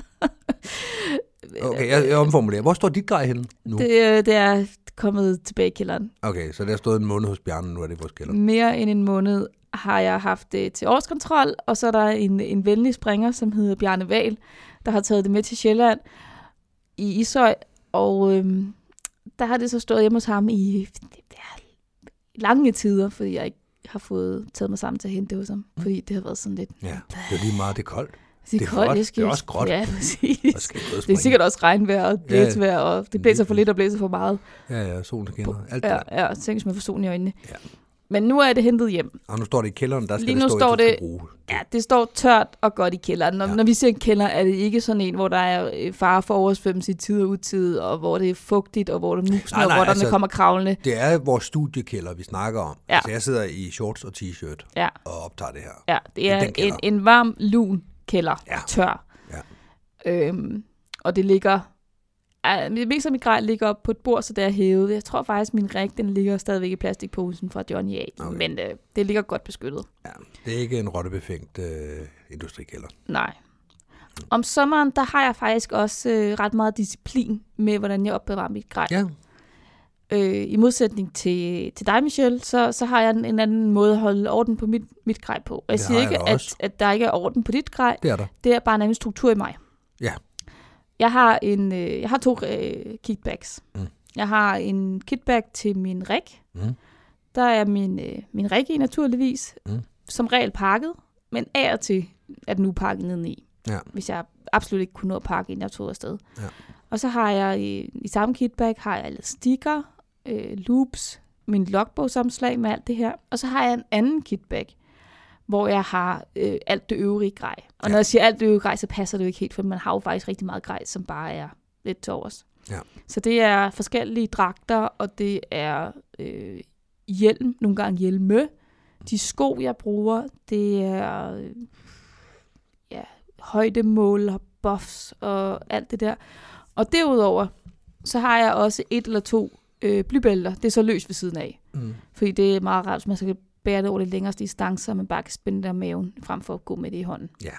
Okay, jeg, jeg omformulerer. Hvor står dit grej henne nu? Det, øh, det er kommet tilbage i kælderen. Okay, så der stod en måned hos Bjarne, nu er det i vores kælder. Mere end en måned har jeg haft det til årskontrol, og så er der en, en venlig springer, som hedder Bjarne Wahl, der har taget det med til Sjælland i Ishøj, og øhm, der har det så stået hjemme hos ham i ja, lange tider, fordi jeg ikke har fået taget mig sammen til at hente det hos ham, mm. fordi det har været sådan lidt... Ja, det er lige meget, det er koldt. Det er, det er koldt, godt. jeg skal, Det er også gråt. Ja, præcis. Der skal noget Det er springe. sikkert også regnvejr og Ja, ja. blæsevejr, og det blæser for lidt og blæser for meget. Ja, ja, solen skinner. Alt Ja, det. ja, tænk, hvis man får solen i øjnene. Ja. Men nu er det hentet hjem. Og nu står det i kælderen, der skal Lige det nu stå, står at du skal det- bruge. Ja, det står tørt og godt i kælderen. Når, Ja. ja. når vi siger en kælder, er det ikke sådan en, hvor der er øh, fare for oversvømmelse i tid og utid, og hvor det er fugtigt, og hvor der musene Nej, og nej, rotterne altså- kommer kravlende. Det er vores studiekælder, vi snakker om. Ja. Altså, jeg sidder i shorts og t-shirt Ja, og optager det her. ja det er den en, kælder. en varm, lun kælder. Ja. Tør. Ja. Øhm, og det ligger... Ja, det meste af mit grej ligger op på et bord, så det er hævet. Jeg tror faktisk, min rig, den ligger stadigvæk i plastikposen fra Johnny A. Okay. Men øh, det ligger godt beskyttet. Ja, det er ikke en rottebefængt øh, industrikælder. Nej. Om sommeren, der har jeg faktisk også øh, ret meget disciplin med, hvordan jeg opbevarer mit grej. Ja, Øh, I modsætning til, til dig, Michelle, så, så har jeg en, en anden måde at holde orden på mit, mit grej på. Og jeg Det siger har jeg ikke, da at, også. at der ikke er orden på dit grej. det er der. Det er bare en anden struktur i mig. Ja. Jeg har, en, øh, jeg har to øh, kitbags. Mm. Jeg har en kitbag til min rig. Mm. Der er min, øh, min rig i naturligvis, Mm. som regel pakket, men af og til er den nu pakket nedeni. Ja. Hvis jeg absolut ikke kunne nå at pakke, inden jeg tog afsted. Ja. Og så har jeg i, i samme kitbag, har jeg lidt sticker, øh, loops, min logbogsomslag med alt det her. Og så har jeg en anden kitbag, hvor jeg har øh, alt det øvrige grej. Og Ja. når jeg siger alt det øvrige grej, så passer det jo ikke helt, for man har jo faktisk rigtig meget grej, som bare er lidt til overs. Ja. Så det er forskellige dragter, og det er øh, hjelm, nogle gange hjelme. De sko, jeg bruger, det er øh, ja, højdemåler, buffs og alt det der. Og derudover, så har jeg også et eller to øh, blybælter. Det er så løs ved siden af. Mm. Fordi det er meget rart, hvis man skal bære det over lidt længere distancer, man bare kan spænde det af maven, frem for at gå med det i hånden. Ja.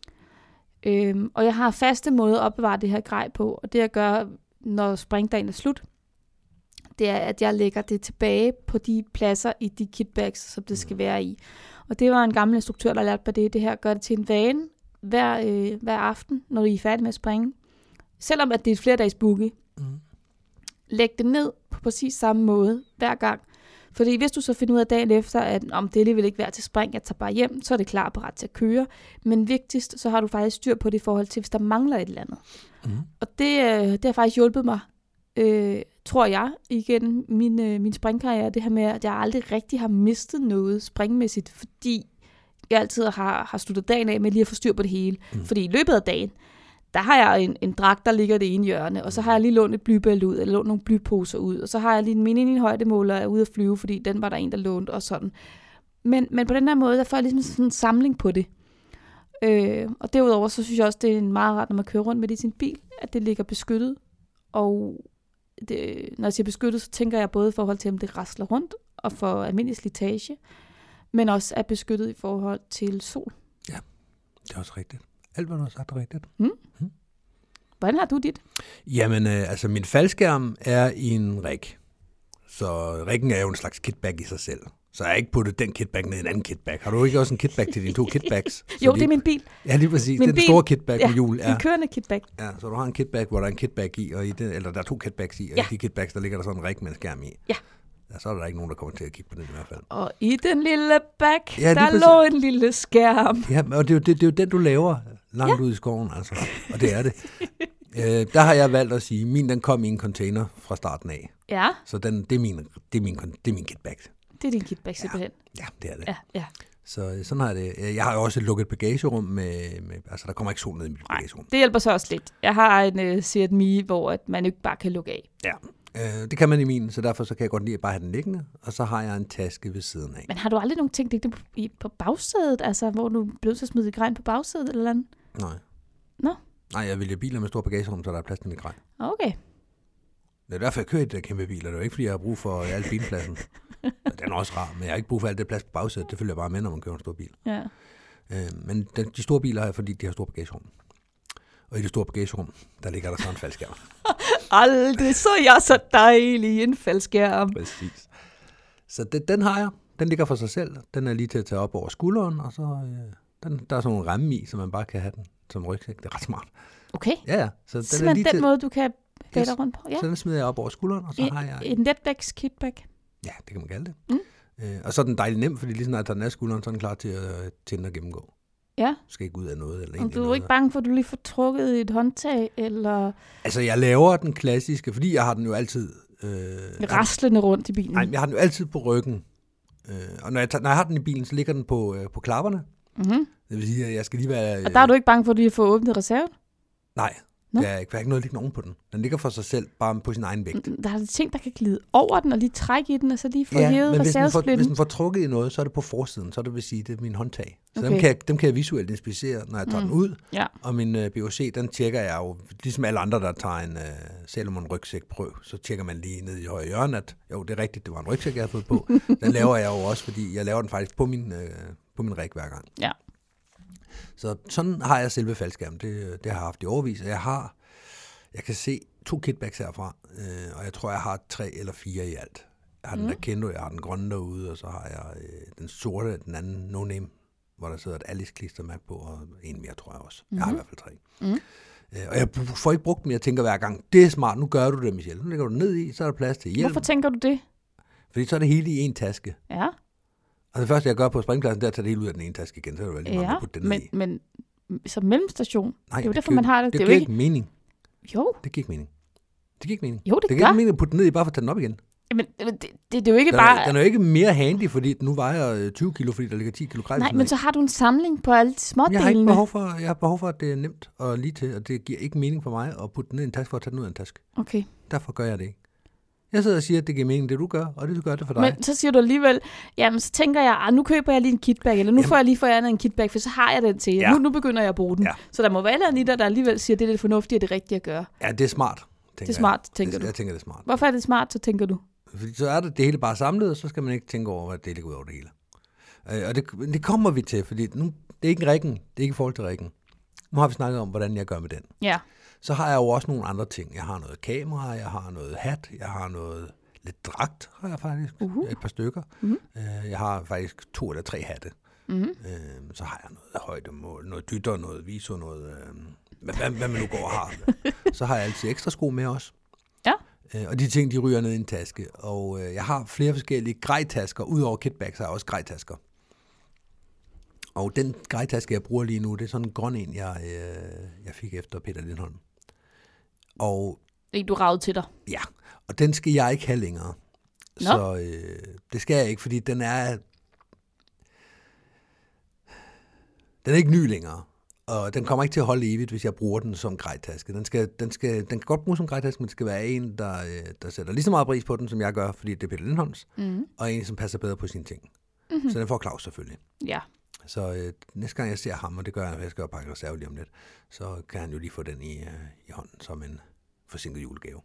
Øhm, og jeg har faste måder at opbevare det her grej på, og det jeg gør, når springdagen er slut, det er, at jeg lægger det tilbage på de pladser i de kitbags, som det skal være i. Og det var en gammel instruktør, der lærte mig det. Det her gør det til en vane hver, øh, hver aften, når I er færdige med at springe. Selvom at det er et flerdags boogie, Mm. læg det ned på præcis samme måde hver gang. Fordi hvis du så finder ud af dagen efter, at om det alligevel ikke værd til spring, jeg tager bare hjem, så er det klar parat til at køre. Men vigtigst, så har du faktisk styr på det i forhold til, hvis der mangler et eller andet. Mm. Og det, øh, det har faktisk hjulpet mig, øh, tror jeg, igennem min, øh, min springkarriere. Det her med, at jeg aldrig rigtig har mistet noget springmæssigt, fordi jeg altid har, har sluttet dagen af med lige at få styr på det hele. Mm. Fordi i løbet af dagen, der har jeg en, en dragt, der ligger det ene hjørne, og så har jeg lige lånt et blybælte ud, eller lånt nogle blyposer ud, og så har jeg lige en mini-højdemåler ude at flyve, fordi den var der en, der lånte, og sådan. Men, men på den her måde, der får jeg ligesom sådan en samling på det. Øh, og derudover, så synes jeg også, det er en meget rart, når man kører rundt med det i sin bil, at det ligger beskyttet. Og det, når jeg siger beskyttet, så tænker jeg både i forhold til, om det rasler rundt, og for almindelig slitage, men også er beskyttet i forhold til sol. Ja, det er også rigtigt. Alt, hvad du har sagt, er rigtigt. Mm. Mm. Hvordan har du dit? Jamen, øh, altså min faldskærm er i en rig. Så riggen er jo en slags kitbag i sig selv. Så jeg har ikke puttet den kitbag ned i en anden kitbag. Har du ikke også en kitbag til dine to kitbags? Jo, de... det er min bil. Ja, lige præcis. Min den bil. store kitbag Ja, med hjul. Ja, en kørende kitbag. Ja, så du har en kitbag, hvor der er en kitbag i, og i den, eller der er to kitbags i, og Ja. i de kitbags, der ligger der sådan en rig med en skærm i. Ja. Ja, så er der ikke nogen, der kommer til at kigge på den i hvert fald. Og i den lille bag, Ja, lige der præcis. lå en lille skærm. Ja, og det er jo, det, det er jo den, du laver langt ja. ude i skoven, altså. Og det er det. øh, der har jeg valgt at sige, min den kom i en container fra starten af. Ja, Så den, det, er min, det, er min, det er min kitbag. det er din kitbag simpelthen. Ja, det er det. Ja, ja. Så øh, sådan har jeg det. Jeg har jo også et lukket bagagerum med, med altså der kommer ikke sol ned i mit bagagerum. Det hjælper så også lidt. Jeg har en uh, Seat Mii, hvor at man ikke bare kan lukke af. Ja, øh, det kan man i min, så derfor så kan jeg godt lide at bare have den liggende, og så har jeg en taske ved siden af. Men har du aldrig nogen ting liggende på, i- på bagsædet, altså hvor du blev så smidt i grej på bagsædet eller andet? Nej. Nå. Nej, jeg vælger biler med stor bagagerum, så der er plads til mit grej. Okay. Det er derfor, jeg kører i de der kæmpe biler. Det er jo ikke, fordi jeg har brug for al bilpladsen. Den er også rar, men jeg har ikke brug for alt det plads på bagsædet. Det følger bare med, når man kører en stor bil. Ja. Øh, men de, de store biler har jeg, fordi de har store bagagerum. Og i det store bagagerum, der ligger der sådan en faldskærm. Aldrig så jeg så dejlig en faldskærm. Præcis. Så det, den har jeg. Den ligger for sig selv. Den er lige til at tage op over skulderen, og så øh, den, der er sådan nogle remme i, så man bare kan have den som rygsæk. Det er ret smart. Okay. Ja, ja. Så den er Simpelthen lige den til, måde, du kan bevæge Yes. dig rundt på. Ja. så den smider jeg op over skulderen, og så I, har jeg... en letbags kitbag. Ja, det kan man kalde det. Mm. Øh, og så er den dejligt nem, fordi lige snart jeg tager den af skulderen, så er den klar til at øh, tænde og gennemgå. Ja. Du skal ikke ud af noget. Eller Og egentlig du er noget. ikke bange for, at du lige får trukket i et håndtag, eller Altså, jeg laver den klassiske, fordi jeg har den jo altid... Øh, raslende rundt i bilen. Nej, jeg har den jo altid på ryggen. Øh, og når jeg, tager, når jeg har den i bilen, så ligger den på, øh, på klapperne. Mm-hmm. Det vil sige, at jeg skal lige være... Øh, Og der er du ikke bange for, at du lige får åbnet reserven? Nej, Nå. der er, ikke, der er ikke noget liggende oven på den. Den ligger for sig selv, bare på sin egen vægt. Der er ting, der kan glide over den, og lige trække i den, og så lige få Ja, hævet men hvis den, får, hvis reservesplitten. den får trukket i noget, så er det på forsiden, så er det vil sige, det er min håndtag. Så Okay. dem, kan jeg, dem kan jeg visuelt inspicere, når jeg tager Mm. den ud. Ja. Og min øh, B O C, den tjekker jeg jo, ligesom alle andre, der tager en øh, Salomon rygsækprøv, så tjekker man lige ned i højre hjørne, at jo, det er rigtigt, det var en rygsæk, jeg har fået på. Den laver jeg jo også, fordi jeg laver den faktisk på min, øh, på min rig hver gang. Ja. Så sådan har jeg selve faldskærmen. Det, det har jeg haft i overvis. Jeg har, jeg kan se to kitbags herfra, øh, og jeg tror, jeg har tre eller fire i alt. Jeg har mm. den der Kendo, jeg har den grønne derude, og så har jeg øh, den sorte, den anden No Name, hvor der sidder et Alice klistermærke på, og en mere, tror jeg også. Mm. Jeg har i hvert fald tre. Mm. Øh, og jeg får ikke brugt dem, jeg tænker hver gang, det er smart, nu gør du det, Michelle. Nu lægger du ned i, så er der plads til hjelm. Hvorfor tænker du det? Fordi så er det hele i en taske. Ja, Og det første, jeg gør på springpladsen, det er at tage det hele ud af den ene taske igen, så er det jo lige meget ja. at putte den ned Men, i. men som mellemstation, Nej, det er jo derfor, giver- man har det. Det, Det er giver jo ikke mening. Jo, Det giver ikke mening. Det giver ikke mening. jo, det, Det det giver gør. ikke mening at putte den ned i, bare for at tage den op igen. Men det, det, det er jo ikke Den, bare... er, den er jo ikke mere handy, fordi den nu vejer øh, tyve kilo, fordi der ligger ti kilo krejl. Nej, men så har du en samling på alle de små jeg har ikke delene. behov for, jeg har behov for, at det er nemt og lige til, og det giver ikke mening for mig at putte den ned i en taske for at tage den ud af en taske. Okay. Derfor gør jeg det ikke. Jeg sidder og siger, at det giver mening, det du gør, og det du gør det for dig. Men så siger du alligevel, jamen så tænker jeg, ah, nu køber jeg lige en kitbag, eller nu Jamen. får jeg lige forandret en kitbag, for så har jeg den til. Ja. Nu, nu begynder jeg at bruge den. Ja. Så der må være en i der, der alligevel siger, at det er det fornuftige og det rigtige at gøre. Ja, det er smart. Det er smart, jeg. tænker det, du. Jeg tænker, det er smart. Hvorfor er det smart, så tænker du? Fordi så er det det hele bare samlet, og så skal man ikke tænke over, hvad det ligger ud over det hele. Øh, og det, det kommer vi til, fordi nu, det er ikke riggen, det er ikke i forhold til riggen. Nu har vi snakket om, hvordan jeg gør med den. Ja. Så har jeg jo også nogle andre ting. Jeg har noget kamera, jeg har noget hat, jeg har noget lidt dragt, har jeg faktisk. Uh-huh. Et par stykker. Mhm. Øh, jeg har faktisk to eller tre hatte. Mm-hmm. Øh, så har jeg noget højdemål, noget dytter, noget visor, noget... Øh, hvad, hvad, hvad man nu går og har. Så har jeg altid ekstra sko med også. Ja. Øh, og de ting, de ryger ned i en taske. Og øh, jeg har flere forskellige grejtasker. Udover kitbags har jeg også grejtasker. Og den grejtaske, jeg bruger lige nu, det er sådan en grøn en, jeg, øh, jeg fik efter Peter Lindholm. Og Ikke du ravet til dig. ja, og den skal jeg ikke have længere. Nå. Så øh, det skal jeg ikke, fordi den er... Den er ikke ny længere. Og den kommer ikke til at holde evigt, hvis jeg bruger den som grejtaske. Den, skal, den, skal, den kan godt bruges som grejtaske, men det skal være en, der, øh, der sætter lige så meget pris på den, som jeg gør, fordi det er Peter Lindholms, Mm-hmm. og en, som passer bedre på sine ting. Mm-hmm. Så den får Claus selvfølgelig. Ja. Så øh, næste gang jeg ser ham, og det gør jeg, når jeg skal jo pakke reserve lige om lidt, så kan han jo lige få den i, øh, i hånden som en forsinket julegave.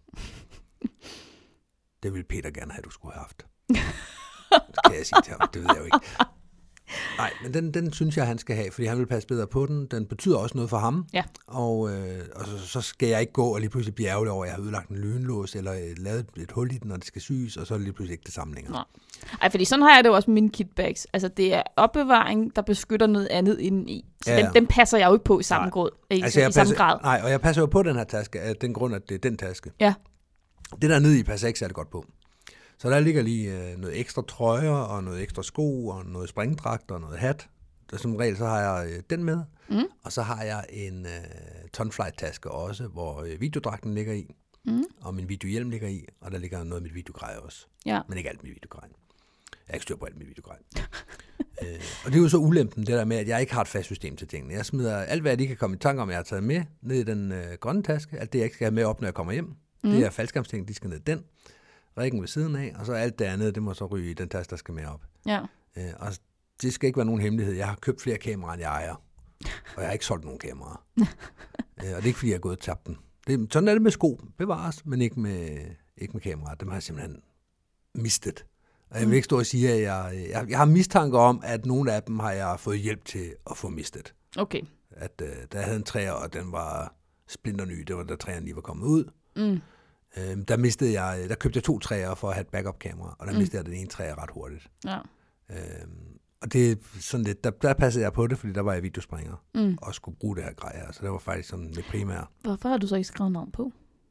Det ville Peter gerne have, at du skulle have haft. Det kan jeg sige til ham, det ved jeg jo ikke. Nej, men den, den synes jeg, han skal have, fordi han vil passe bedre på den. Den betyder også noget for ham. Ja. Og, øh, og så, så skal jeg ikke gå og lige pludselig blive ærgerlig over, at jeg har ødelagt en lynlås, eller øh, lavet et hul i den, når det skal syes, og så er det lige pludselig ikke det samme længere. Nej. Ej, fordi sådan har jeg det jo også med mine kitbags. Altså, det er opbevaring, der beskytter noget andet indeni. Så Ja, ja. ja. dem, dem passer jeg jo ikke på i samme, grad, i, Altså, jeg i samme passer, grad. Nej, og jeg passer jo på den her taske, af den grund, at det er den taske. Ja. Det der nede i passer ikke særlig godt på. Så der ligger lige øh, noget ekstra trøjer, og noget ekstra sko, og noget springdragt, og noget hat. Så som regel, så har jeg øh, den med. Mm. Og så har jeg en øh, Tonflight-taske også, hvor øh, videodragten ligger i, Mm. og min videohjelm ligger i, og der ligger noget af mit videogrej også. Ja. Men ikke alt mit videogrej. Jeg har ikke styr på alt mit videogrej. øh, og det er jo så ulempen, det der med, at jeg ikke har et fast system til tingene. Jeg smider alt, hvad jeg lige kan komme i tanke om, jeg har taget med, ned i den øh, grønne taske. Alt det, jeg ikke skal have med op, når jeg kommer hjem. Mm. Det er faldskærmsting, de skal ned i den. Rækken ved siden af, og så alt det andet, det må så ryge i den taske, der skal med op. Ja. Øh, og det skal ikke være nogen hemmelighed. Jeg har købt flere kameraer, end jeg ejer. Og jeg har ikke solgt nogen kameraer. øh, og det er ikke, fordi jeg er gået og tabt dem. Det, sådan er det med sko. Bevares, men ikke med, ikke med kameraer. Dem har jeg simpelthen mistet. Og jeg vil ikke stå og sige, at jeg, jeg, jeg har mistanke om, at nogle af dem har jeg fået hjælp til at få mistet. Okay. At øh, der havde en træer, og den var splinterny. Det var da træerne lige var kommet ud. Mm. Øh, der mistede jeg, der købte jeg to træer for at have et backup-kamera, og der mm. mistede jeg den ene træer ret hurtigt. Ja. Øh, og det er sådan lidt, der, der passede jeg på det, fordi der var jeg videospringer, Mm. og skulle bruge det her grej her, så det var faktisk sådan det primære. Hvorfor har du så ikke skrevet navn på?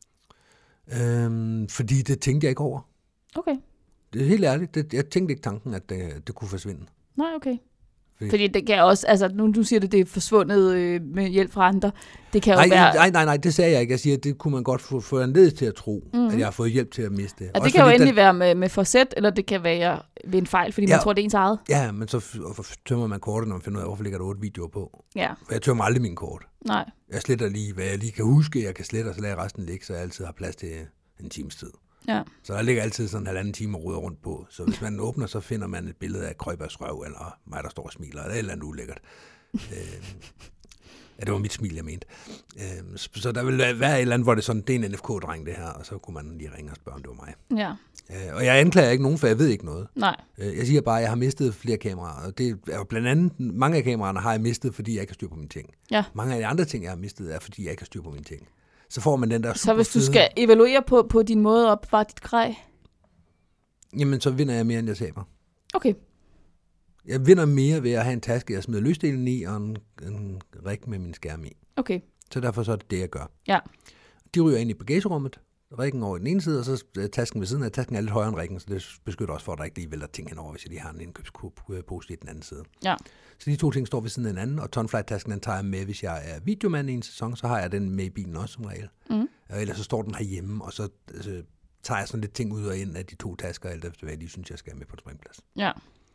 Øh, fordi det tænkte jeg ikke over. Okay. Det er helt ærligt, det, jeg tænkte ikke tanken, at det, det kunne forsvinde. Nej, okay. Fordi- Fordi det kan også, altså nu du siger det, det er forsvundet øh, med hjælp fra andre. Det kan jo Nej, være... nej, nej, nej, det sagde jeg ikke. Jeg siger, at det kunne man godt få, få en led til at tro, Mhm. at jeg har fået hjælp til at miste det. Ja, det Også kan jo fordi endelig den- være med, med forsæt, eller det kan være ved en fejl, fordi Ja. man tror, det er ens eget. Ja, men så f- tømmer man kortet, når man finder ud af, hvorfor ligger der otte videoer på. Ja, For jeg tømmer aldrig min kort. nej. Jeg sletter lige, hvad jeg lige kan huske, jeg kan slette, og så lader jeg resten ligge, så jeg altid har plads til en times tid. Ja. Så der ligger altid sådan en halvanden time og ruder rundt på. Så hvis man åbner, så finder man et billede af Krøjbergs røv, eller mig, der står og smiler, eller et eller andet ulækkert. øh, ja, det var mit smil, jeg mente. Øh, så, så der vil være et eller andet, hvor det er sådan, det er en N F K-dreng, det her, og så kunne man lige ringe og spørge, om det var mig. Ja, Øh, og jeg anklager ikke nogen, for jeg ved ikke noget. nej. Øh, jeg siger bare, at jeg har mistet flere kameraer, og det er jo blandt andet, mange af kameraerne har jeg mistet, fordi jeg ikke har styr på mine ting. Ja. Mange af de andre ting, jeg har mistet, er, fordi jeg ikke har styr på mine ting. Så får man den der Så hvis du superfede- skal evaluere på, på din måde at opbevare dit grej. Jamen, så vinder jeg mere, end jeg taber. Okay. Jeg vinder mere ved at have en taske, jeg smider løsdelen i, og en, en rig med min skærm i. Okay. Så derfor så er det det, jeg gør. Ja. De ryger ind i bagagerummet, riggen over i den ene side, og så er tasken ved siden af. Tasken er lidt højere end riggen, så det beskytter også for, at der ikke lige vælter ting henover, hvis jeg lige har en indkøbspose i den anden side. Ja. Så de to ting står ved siden af hinanden, og Tonflight-tasken den tager jeg med, hvis jeg er videomand i en sæson, så har jeg den med i bilen også som regel. Mm. Og ellers så står den herhjemme, og så altså, tager jeg sådan lidt ting ud og ind af de to tasker, alt efter hvad jeg lige synes, jeg skal have med på en springplads. Ja.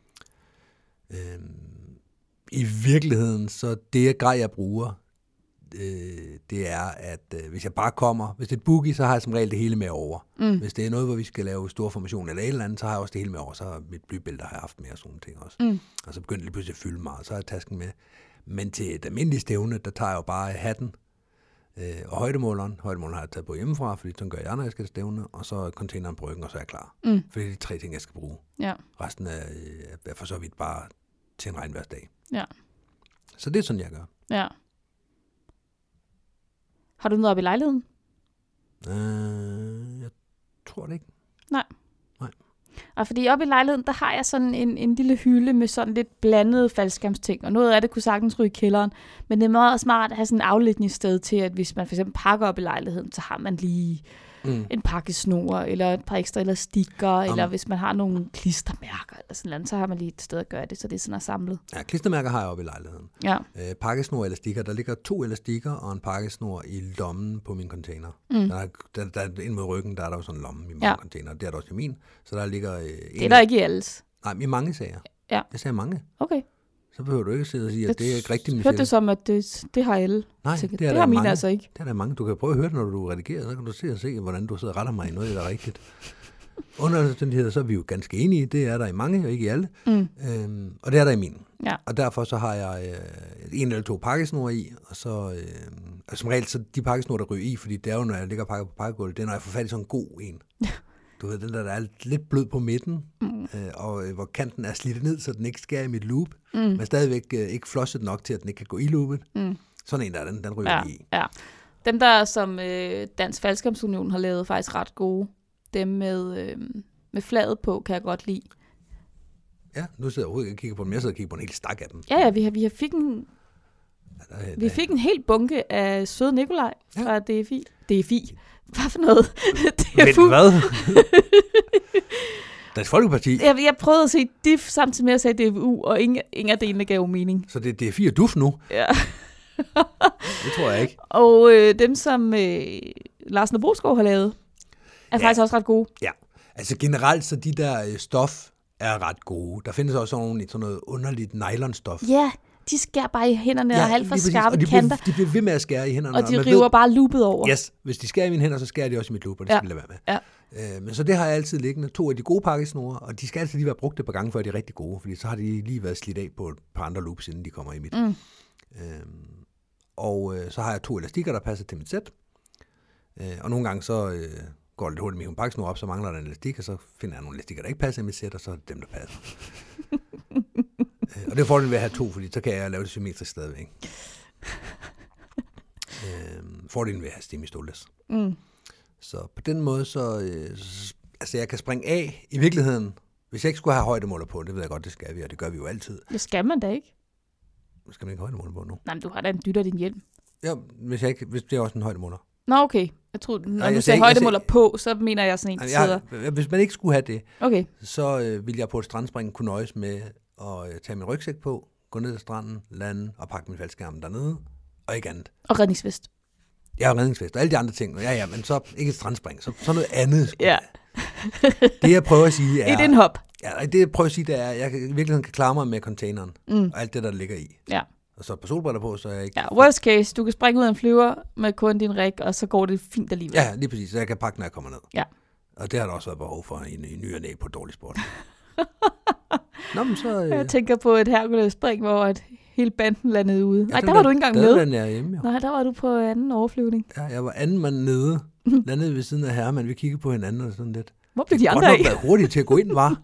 Øhm, I virkeligheden, så det grej, jeg bruger, øh, det er, at øh, hvis jeg bare kommer, hvis det er et boogie, så har jeg som regel det hele med over. Mm. Hvis det er noget, hvor vi skal lave store formationer eller et eller andet, så har jeg også det hele med over. Så har mit blybælte har jeg haft med og sådan nogle ting også. Mm. Og så begyndte det lige pludselig at fylde meget, så har jeg tasken med. Men til et almindeligt stævne, der tager jeg jo bare hatten øh, og højdemåleren. Højdemåleren har jeg taget på hjemmefra, fordi sådan gør jeg, når jeg skal til stævne. Og så containeren på ryggen, og så er jeg klar. Mm. For det er de tre ting, jeg skal bruge. Ja. Resten er, er for så vidt bare til en regnværsdag. Ja. Så det er sådan, jeg gør. Ja. Har du noget op i lejligheden? Øh, jeg tror det ikke. Nej. Nej. Og fordi oppe i lejligheden, der har jeg sådan en, en lille hylde med sådan lidt blandede faldskærmsting, og noget af det kunne sagtens ryge i kælderen. Men det er meget smart at have sådan en afledningssted til, at hvis man for eksempel pakker op i lejligheden, så har man lige Mm. en pakke snor, eller et par ekstra elastikker, Om. eller hvis man har nogle klistermærker, eller sådan noget, så har man lige et sted at gøre det, så det er sådan er samlet. Ja, klistermærker har jeg oppe i lejligheden. Ja. Øh, pakkesnor og elastikker. Der ligger to elastikker og en pakkesnor i lommen på min container. Mm. Der, er, der, der er ind mod ryggen, der er der jo sådan en lomme i min Ja. container. Det er der også i min. Så der ligger... Øh, Det er der ikke i alles. Nej, i mange sager. Ja. Jeg sagde mange. Okay. Så behøver du ikke sidde og sige, at det er ikke rigtigt, Jeg Michelle. hørte det som, at det, det har alle. Nej, Sikkert. det er det der har mine mange. altså ikke. Det er der mange. Du kan prøve at høre det, når du redigerer, så kan du se og se, hvordan du sidder og retter mig i noget, der er rigtigt. under alle omstændigheder, så er vi jo ganske enige. Det er der i mange, og ikke i alle. Mm. Øhm, og det er der i min. Ja. Og derfor så har jeg øh, en eller to pakkesnore i, og så øh, altså som regel, så de pakkesnore, der ryger i, fordi det er jo, når jeg ligger og pakker på pakkegulvet, det er, når jeg får fat i sådan en god en. Du ved, den der, der er lidt blød på midten, mm. øh, og øh, hvor kanten er slidt ned, så den ikke skærer i mit loop, mm. men stadigvæk øh, ikke flosset nok til, at den ikke kan gå i loopet. Mm. Sådan en der, den, den ryger ja, i. Ja. Dem der, som øh, Dansk Faldskærmsunion har lavet, faktisk ret gode. Dem med, øh, med flaget på, kan jeg godt lide. Ja, nu sidder jeg overhovedet og kigger på dem. Jeg sidder og kigger på en hel stak af dem. Ja, ja, vi har, vi har fik en, ja, der, vi der, fik en hel bunke af søde Nikolaj ja. fra D F I. D F I? Hvad for noget? Vent, hvad? Dansk Folkeparti? Jeg, jeg prøvede at sige D I F, samtidig med at sige D F U, og ingen, ingen af delene gav mening. Så det er D F I og D U F nu? Ja. Det tror jeg ikke. Og øh, dem, som øh, Larsen og Broskov har lavet, er ja. faktisk også ret gode. Ja, altså generelt så de der øh, stof er ret gode. Der findes også sådan, sådan noget underligt nylonstof. Ja, de skærer bare i hænderne ja, og halvt for skarpe og de kanter. Bliver, de bliver ved med at skære i hænderne. Og de og river ved, bare loopet over. Yes, hvis de skærer i mine hænder, så skærer de også i mit loop, og det ja. skal vi lade være med. Ja. Øh, men så det har jeg altid liggende. To af de gode pakkesnore, og de skal altid lige være brugt et par gange, før de er rigtig gode, fordi så har de lige været slidt af på et par andre loops, inden de kommer i mit. Mm. Øhm, og øh, så har jeg to elastikker, der passer til mit sæt. Øh, og nogle gange så øh, går det lidt hurtigt med min pakkesnore op, så mangler der en elastik, og så finder jeg nogle elastikker, der ikke passer i mit sæt, og så er det dem, der passer. Og det er fordelen ved at have to, fordi så kan jeg lave det symmetrisk stadigvæk. øhm, fordelen ved at have stemistolles. Mm. Så på den måde, så, øh, så... Altså, jeg kan springe af i virkeligheden, hvis jeg ikke skulle have højdemåler på, det ved jeg godt, det skal vi, og det gør vi jo altid. Det skal man da ikke. Skal man ikke højdemåler på nu? Nej, men du har da en dytter din hjelm. Ja, hvis jeg ikke... Hvis det er også en højdemåler. Nå, okay. Jeg troede, når Nej, du siger højdemåler på, så mener jeg sådan en, der sidder... Hvis man ikke skulle have det, okay. så øh, ville jeg på et strandspring kunne nøjes med at øh, tage min rygsæk på, gå ned til stranden, lande og pakke min faldskærm dernede, og ikke andet. Og redningsvest. Ja, og redningsvest og alle de andre ting. Ja, ja, men så ikke et strandspring, så, så noget andet. Ja. Det jeg prøver at sige er... Et indhop. Ja, det jeg prøver at sige, det er, at jeg i virkeligheden kan klare mig med containeren, mm. og alt det, der ligger i. Ja. Og så et par solbriller på, så jeg ikke... Ja, worst case, du kan springe ud af en flyver med kun din rig, og så går det fint alligevel. Ja, lige præcis, så jeg kan pakke, når jeg kommer ned. Ja. Og det har der også været behov for i, i ny og næ på dårlig sport. Nå, men så... Øh... Jeg tænker på et Hercules-spring, hvor et hele banden landede ude. Ja, Nej, der var du ikke engang med. Der landede jeg hjemme, jo. Nej, der var du på anden overflyvning. Ja, jeg var anden mand nede, landede ved siden af Herman. Vi kiggede på hinanden og sådan lidt. Hvor blev de andre af? Det har godt nok været hurtigt til at gå ind, var.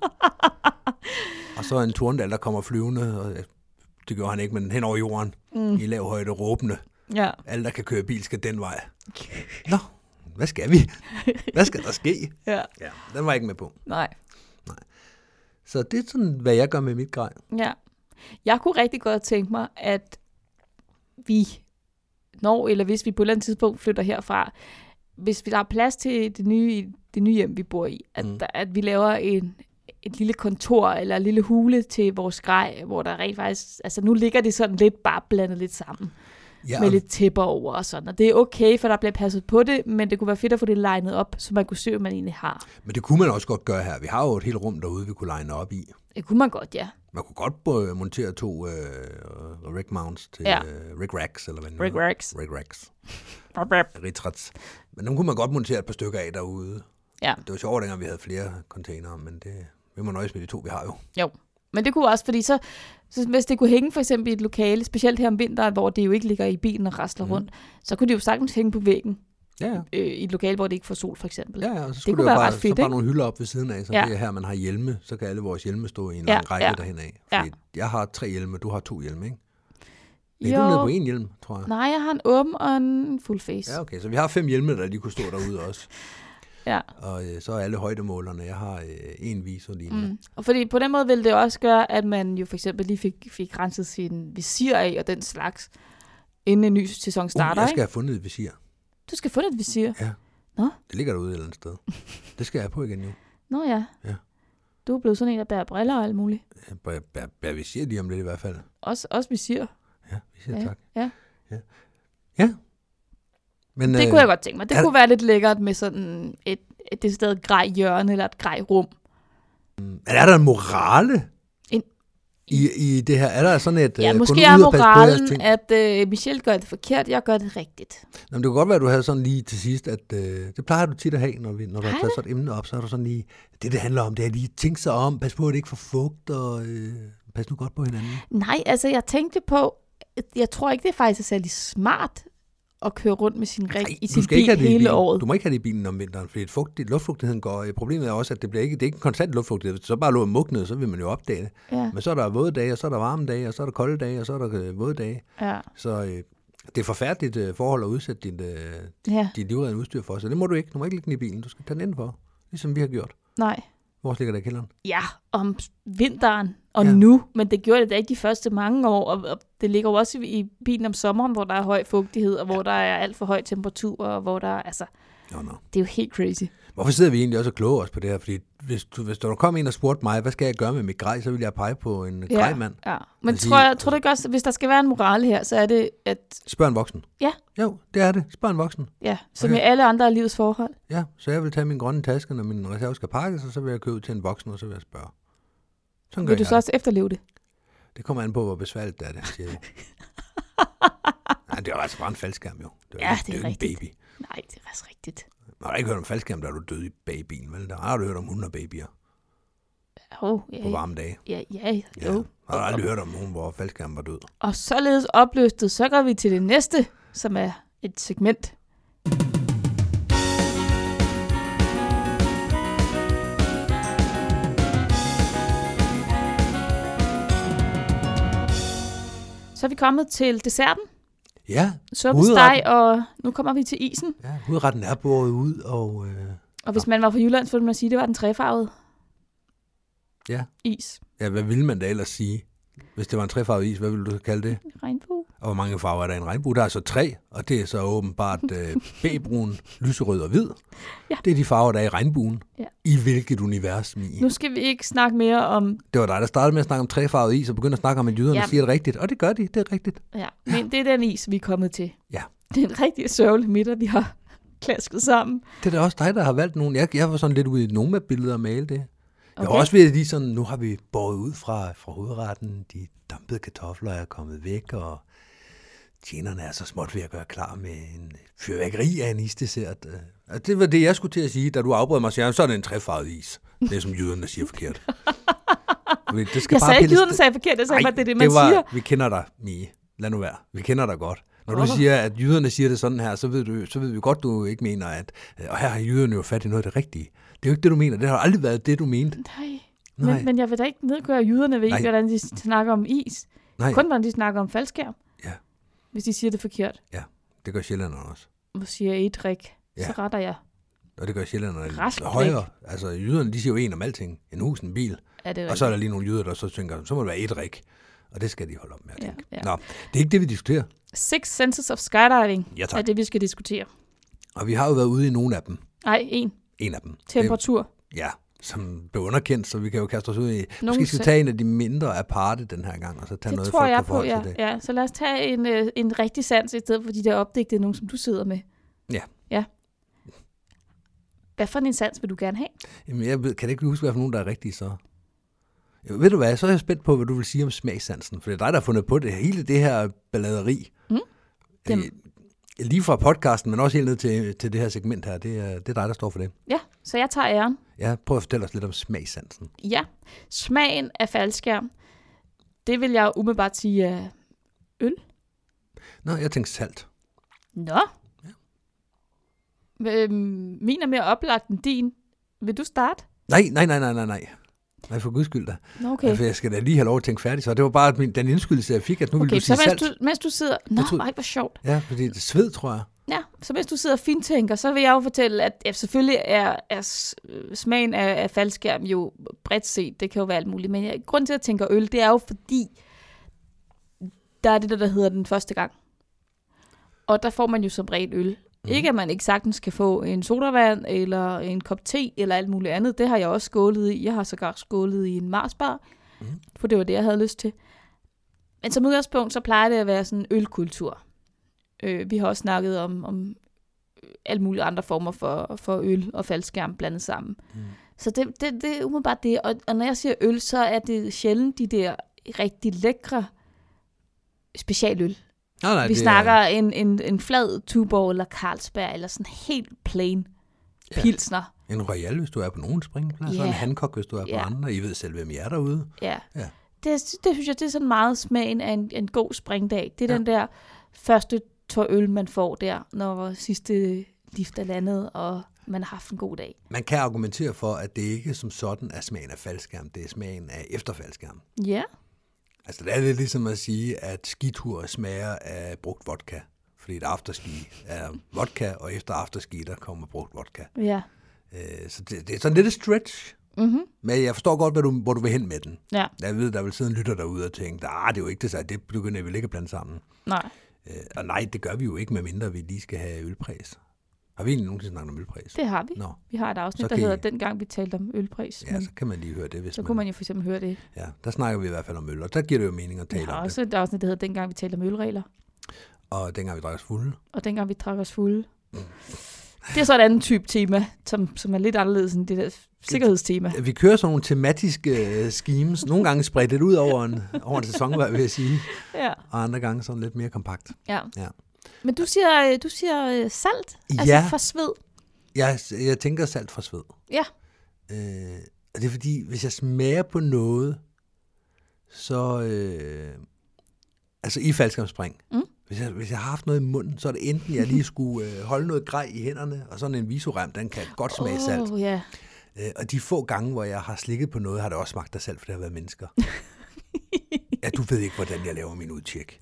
Og så en Torndal, der kommer flyvende, og det gjorde han ikke, men hen over jorden, mm. i lav højde, råbende. Ja. Alle, der kan køre bil, skal den vej. Nå, hvad skal vi? Hvad skal der ske? Ja. Ja, den var jeg ikke med på. Nej. Nej. Så det er sådan, hvad jeg gør med mit grej. Ja. Jeg kunne rigtig godt tænke mig, at vi, når eller hvis vi på et eller andet tidspunkt flytter herfra, hvis vi der er plads til det nye, det nye hjem, vi bor i, at, mm. der, at vi laver en, et lille kontor eller en lille hule til vores grej, hvor der rent faktisk, altså nu ligger det sådan lidt bare blandet lidt sammen. Ja, med lidt tæpper over og sådan. Og det er okay, for der bliver passet på det, men det kunne være fedt at få det legnet op, så man kunne se, hvad man egentlig har. Men det kunne man også godt gøre her. Vi har jo et helt rum derude, vi kunne legne op i. Det kunne man godt, ja. Man kunne godt montere to uh, rig mounts til ja. uh, rig racks, eller hvad det Rig racks. Rig racks. Ritrats. Men dem kunne man godt montere et par stykker af derude. Ja. Det var sjovt, dengang vi havde flere containere, men det, vi må nøjes med de to, vi har jo. Jo. Men det kunne også, fordi så, så hvis det kunne hænge for eksempel i et lokale, specielt her om vinteren, hvor det jo ikke ligger i bilen og rasler mm. rundt, så kunne det jo sagtens hænge på væggen. Ja, ja. Øh, i et lokale, hvor det ikke får sol, for eksempel. Ja, ja, og så det kunne kunne det være bare, ret fedt, så bare ikke? nogle hylder op ved siden af, så ja. det er her, man har hjelme, så kan alle vores hjelme stå i en ja, lang række ja. derhen af. Ja. Fordi jeg har tre hjelme, du har to hjelme, ikke? Er jo. du nede på en hjelm, tror jeg? Nej, jeg har en åben og en full face. Ja, okay, så vi har fem hjelme, der lige kunne stå derude også. Ja. Og øh, så er alle højdemålerne. Jeg har øh, en visor lige mm. Og fordi på den måde ville det også gøre, at man jo for eksempel lige fik, fik renset sin visir af og den slags, inden en ny sæson starter. Uh, jeg skal ikke? have fundet et visir. Du skal have fundet et visir? Ja. Nå? Det ligger derude et eller andet sted. Det skal jeg have på igen jo. Nå ja. Ja. Du er blevet sådan en, der bærer briller og alt muligt. Jeg bærer, bærer, bærer visir lige om lidt i hvert fald. Også, også visir? Ja, visir, ja. tak. Ja. Ja. Ja. Men, det øh, kunne jeg godt tænke mig. Det er, kunne være lidt lækkert med sådan et, et decideret grej hjørne eller et grej rum. Er der en morale? En, I, I det her, er der sådan et... Ja, uh, måske er moralen, at uh, Michelle gør det forkert, jeg gør det rigtigt. Nå, det kunne godt være, at du havde sådan lige til sidst, at uh, det plejer du tit at have, når, vi, når du har taget sådan et emne op, så er du sådan lige, det det handler om, det er lige tænke sig om, pas på, at det ikke får fugt, og uh, pas nu godt på hinanden. Nej, altså jeg tænkte på, jeg tror ikke, det er faktisk særlig smart at køre rundt med sin rig i sin bil hele bil. året. Du må ikke have det i bilen om vinteren, fordi fugtigt, luftfugtigheden går. Problemet er også, at det, bliver ikke, det er ikke en konstant luftfugtighed. Hvis det så bare lå mug ned, så vil man jo opdage det. Ja. Men så er der våde dage, og så er der varme dage, og så er der kolde dage, og så er der øh, våde dage. Ja. Så øh, det er forfærdeligt øh, forhold at udsætte dit, øh, Ja. dit livredende udstyr for. Så det må du ikke. Du må ikke lægge den i bilen. Du skal tage den indenfor, ligesom vi har gjort. Nej. Hvor ligger der i kælderen? Ja, om vinteren og Ja. ja. nu, men det gjorde det da ikke de første mange år, og, og det ligger jo også i, i bilen om sommeren, hvor der er høj fugtighed, og hvor der er alt for høj temperatur, og hvor der altså, Nå, nå. det er jo helt crazy. Hvorfor sidder vi egentlig også og kloger os på det her? Fordi hvis, du, hvis der kom en og spurgte mig, hvad skal jeg gøre med mit grej, så vil jeg pege på en Ja, grejmand. ja. Men Altså, tror, jeg, altså- tror du ikke også, hvis der skal være en moral her, så er det, at Spørg en voksen. Ja. Jo, det er det. Spørg en voksen. ja, som Okay. i alle andre af livets forhold. Ja, så jeg vil tage min grønne taske, når min reserve skal pakkes, og så vil jeg køre ud til en voksen, og så vil jeg spørge. Sådan gør Vil du jeg så også efterleve det? det. Det kommer an på, hvor besværligt det er, det siger jeg. Nej, det er jo altså bare en faldskærm, jo. Det er, Ja, ikke, det er jo ikke en rigtigt. baby. Nej, det er faktisk rigtigt. Man har ikke hørt om faldskærm, der er du død i bagbilen, vel? Der har du hørt om hunde og babyer Jo, ja, på varme dage. ja, ja, Ja. jo. Har du aldrig hørt om nogen, hvor faldskærmen var død? Og således opløftet, så går vi til det næste, som er et segment. Så er vi kommet til desserten. Ja, Suppesteg, Hovedretten. og nu kommer vi til isen. ja hovedretten er båret ud, og øh, Og hvis man var fra Jylland, så ville man sige, at det var den trefarvede ja. is. ja, hvad ville man da ellers sige? Hvis det var en trefarvet is, hvad ville du kalde det? Regnbue. Og hvor mange farver er der i en regnbue? Der er så tre, og det er så åbenbart øh, bæbrun, lyserød og hvid. Ja. Det er de farver, der er i regnbuen. Ja. I hvilket univers, Mie? Nu skal vi ikke snakke mere om... Det var dig, der startede med at snakke om trefarvet is, og begyndte at snakke om, at jyderne Ja. siger det rigtigt. Og det gør de, det er rigtigt. Ja, men det er den is, vi er kommet til. Ja. Det er en rigtig sørgelig middag, vi har klasket sammen. Det er da også dig, der har valgt nogen. Jeg, jeg var sådan lidt ude i nogle af billeder og male det. Jeg Okay. var også ved at lige sådan, nu har vi båret ud fra, fra hovedretten. De dampede kartofler er kommet væk, og tjenerne er så småt ved at gøre klar med en fyrværkeri af en isdessert. Og det var det, jeg skulle til at sige, da du afbrød mig og siger, så er det en trefarvet is. Det er som jyderne siger forkert. Fordi det skal Jeg bare sagde ikke, pilles- jyderne sagde forkert, jeg sagde Ej, bare, det er det, man det var, siger. Vi kender dig, Mie. Lad nu være. Vi kender dig godt. Når du Hvorfor? siger, at jyderne siger det sådan her, så ved, du, så ved vi godt, du ikke mener, at øh, og her har jyderne jo fat i noget af det rigtige. Det er jo ikke det, du mener. Det har aldrig været det, du mente. Nej. Nej. Men, men jeg vil da ikke nedgøre jyderne ved, Nej. hvordan de snakker om is. Nej, Kun hvordan de snakker om faldskærm. Ja. Hvis de siger det forkert. det gør sjællanderne også. Hvor siger jeg et rik, Ja. så retter jeg. Og det gør sjællanderne Rask højere. Altså, jyderne, de siger jo en om alting. En hus, en bil. Er det Og så er der lige nogle jyder, der så tænker, så må det være et rik. Og det skal de holde op med at Ja, tænke. ja. Nå, det er ikke det, vi diskuterer. Six Senses of Skydiving Ja, er tak. det, vi skal diskutere. Og vi har jo været ude i nogle af dem. Nej, en. En af dem. Temperatur. Det, ja, som blev underkendt, så vi kan jo kaste os ud i... Nogle Måske skal vi se- tage en af de mindre aparte den her gang, og så tage Det noget, tror folk jeg kan på, forholde ja. sig til. ja. Så lad os tage en, øh, en rigtig sans i stedet for de der opdigtede nogen, som du sidder med. Ja. Ja. Hvad for en sans vil du gerne have? Jamen, jeg ved, kan ikke huske, hvad for nogen, der er rigtige så. Jo, ved du hvad, så er jeg spændt på, hvad du vil sige om smagssansen. For det er dig, der har fundet på det. Hele det her balladeri. Mm. Dem. Øh, Lige fra podcasten, men også helt ned til, til det her segment her. Det er, det er dig, der står for det. Ja, så jeg tager æren. Ja, prøv at fortælle os lidt om smagssansen. Ja, smagen af faldskærm, det vil jeg umiddelbart sige er øl. Nå, jeg tænkte salt. Nå. Ja. Øhm, min er mere oplagt end din. Vil du starte? Nej, nej, nej, nej, nej, nej. Nej, for guds skyld da. Nå, Okay. okay. For jeg skal da lige have lov at tænke færdigt. Så det var bare min, den indskydelse, jeg fik, at nu ville Okay, du så sige mens salt. du, mens du sidder... Nå, Jeg troede- ej, hvor sjovt. Ja, fordi det er sved, tror jeg. Ja, så mens du sidder og fintænker, så vil jeg jo fortælle, at ja, selvfølgelig er, er s- smagen af, af faldskærm jo bredt set. Det kan jo være alt muligt. Men jeg, grunden til, at jeg tænker øl, det er jo fordi, der er det der, der hedder den første gang. Og der får man jo som regel øl. Mm. Ikke at man ikke sagtens kan få en sodavand, eller en kop te, eller alt muligt andet. Det har jeg også skålet i. Jeg har sågar skålet i en Marsbar, mm. for det var det, jeg havde lyst til. Men som udgangspunkt, så plejer det at være sådan en ølkultur. Øh, vi har også snakket om, om alle mulige andre former for, for øl og faldskærm blandet sammen. Mm. Så det, det, det er umiddelbart det. Og, og når jeg siger øl, så er det sjældent de der rigtig lækre specialøl. Nej, nej, Vi det snakker er, en, en, en flad Tuborg eller Carlsberg, eller sådan helt plain Ja. pilsner. en Royal, hvis du er på nogen springplads, Ja. og en Hancock, hvis du er på Ja. andre. I ved selv, hvem I er derude. Ja. Ja. Det, det synes jeg, det er sådan meget smagen af en, en god springdag. Det er Ja. ja. den der første tår øl, man får der, når sidste lift er landet, og man har haft en god dag. Man kan argumentere for, at det ikke som sådan er smagen af faldskærm, det er smagen af efterfaldskærm. Ja. Altså, det er lidt ligesom at sige, at skitur smager af brugt vodka. Fordi et afterski er vodka, og efter afterski, der kommer brugt vodka. Ja. Øh, Så det, det er sådan lidt et stretch. Mm-hmm. Men jeg forstår godt, hvor du, hvor du vil hen med den. Ja. Jeg ved, der vil sidde en lytter derude og tænke, ah, det er jo ikke det, så det begynder vi ikke at blande sammen. Nej. Øh, Og nej, det gør vi jo ikke, medmindre vi lige skal have ølpræs. Har vi egentlig nogensinde snakket om ølpræs? Det har vi. Nå, Vi har et afsnit, Så der kan I- hedder Dengang vi talte om ølpris. ja, men så kan man lige høre det, hvis så man... kunne man jo for eksempel høre det. Ja, der snakker vi i hvert fald om øl, og der giver det jo mening at Vi tale har om også et afsnit, der hedder Dengang vi talte om ølregler. det. Og dengang vi drak os fulde. Og dengang vi drak os fulde. Det er så et andet type tema, som, som er lidt anderledes end det der sikkerhedstema. Vi kører sådan nogle tematiske uh, schemes. Nogle gange spredt lidt ud over en, over en sæson, vil jeg sige. Ja. Og andre gange sådan lidt mere kompakt. Ja. Ja. Men du siger, du siger øh, salt, altså Ja. for sved. Jeg, jeg tænker salt fra sved. Ja. Øh, og det er fordi, hvis jeg smager på noget, så... Øh, altså i faldskærmsspring. Mm. Hvis jeg, hvis jeg har haft noget i munden, så er det enten, jeg lige skulle øh, holde noget grej i hænderne, og sådan en visorem, den kan godt smage salt. Åh, ja. Øh, og de få gange, hvor jeg har slikket på noget, har det også smagt af salt, for det har været mennesker. Ja, du ved ikke, hvordan jeg laver min udtjek.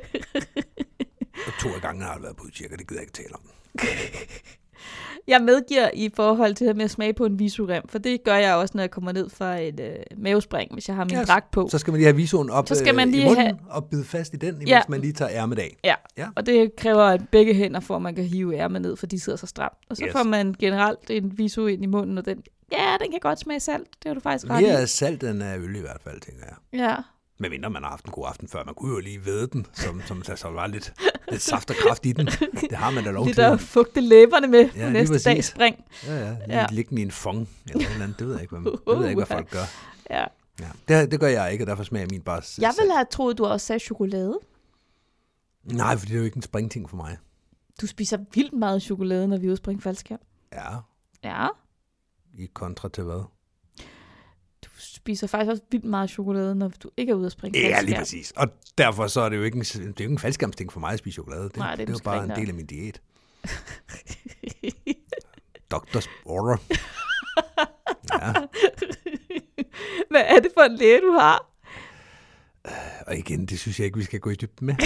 Og to af gangene har jeg været på udtjek, og det gider jeg ikke tale om. Jeg medgiver i forhold til det med at smage på en visorem, for det gør jeg også, når jeg kommer ned fra et øh, mavespring, hvis jeg har min Ja, dragt på. Så skal man lige have visoren op Så skal man øh, lige i munden have- og bide fast i den, imens Ja. man lige tager ærmet af. Ja. Ja. Og det kræver at begge hænder, for at man kan hive ærmet ned, for de sidder så stramt. Og så Yes. yes. får man generelt en viso ind i munden, og den, ja, den kan godt smage salt. Det har du faktisk ret Mere i. salt end af øl i hvert fald, tænker jeg. Ja. Men mindre man har haft en god aften før. Man kunne jo lige væde den, som, som der så var lidt, lidt saft og kraft i den. Det har man da lov Lidt til. at fugte læberne med Ja, på lige næste præcis. dags spring. Ja, ja. Lige Ja. ja. Ligge den i en fong eller et eller andet. Det ved jeg ikke, hvad, det ved jeg ikke, hvad folk gør. Ja. Ja. Det, det gør jeg ikke, og derfor smager min bare s- Jeg salt. ville have troet, du også sagde chokolade. Nej, for det er jo ikke en springting for mig. Du spiser vildt meget chokolade, når vi er ude at springe faldskærm. Ja, Ja. i kontra til hvad? Du spiser faktisk også vildt meget chokolade, når du ikke er ude at springe Ja, faldskærm. lige præcis. Og derfor så er det jo ikke en, det er jo ikke en faldskærmsting for mig at spise chokolade. Det, Nej, det er det er jo måske bare en ikke del nok. af min diæt. Doctor's order. Ja, Hvad er det for en læge, du har? og igen, det synes jeg ikke, vi skal gå i dybden med.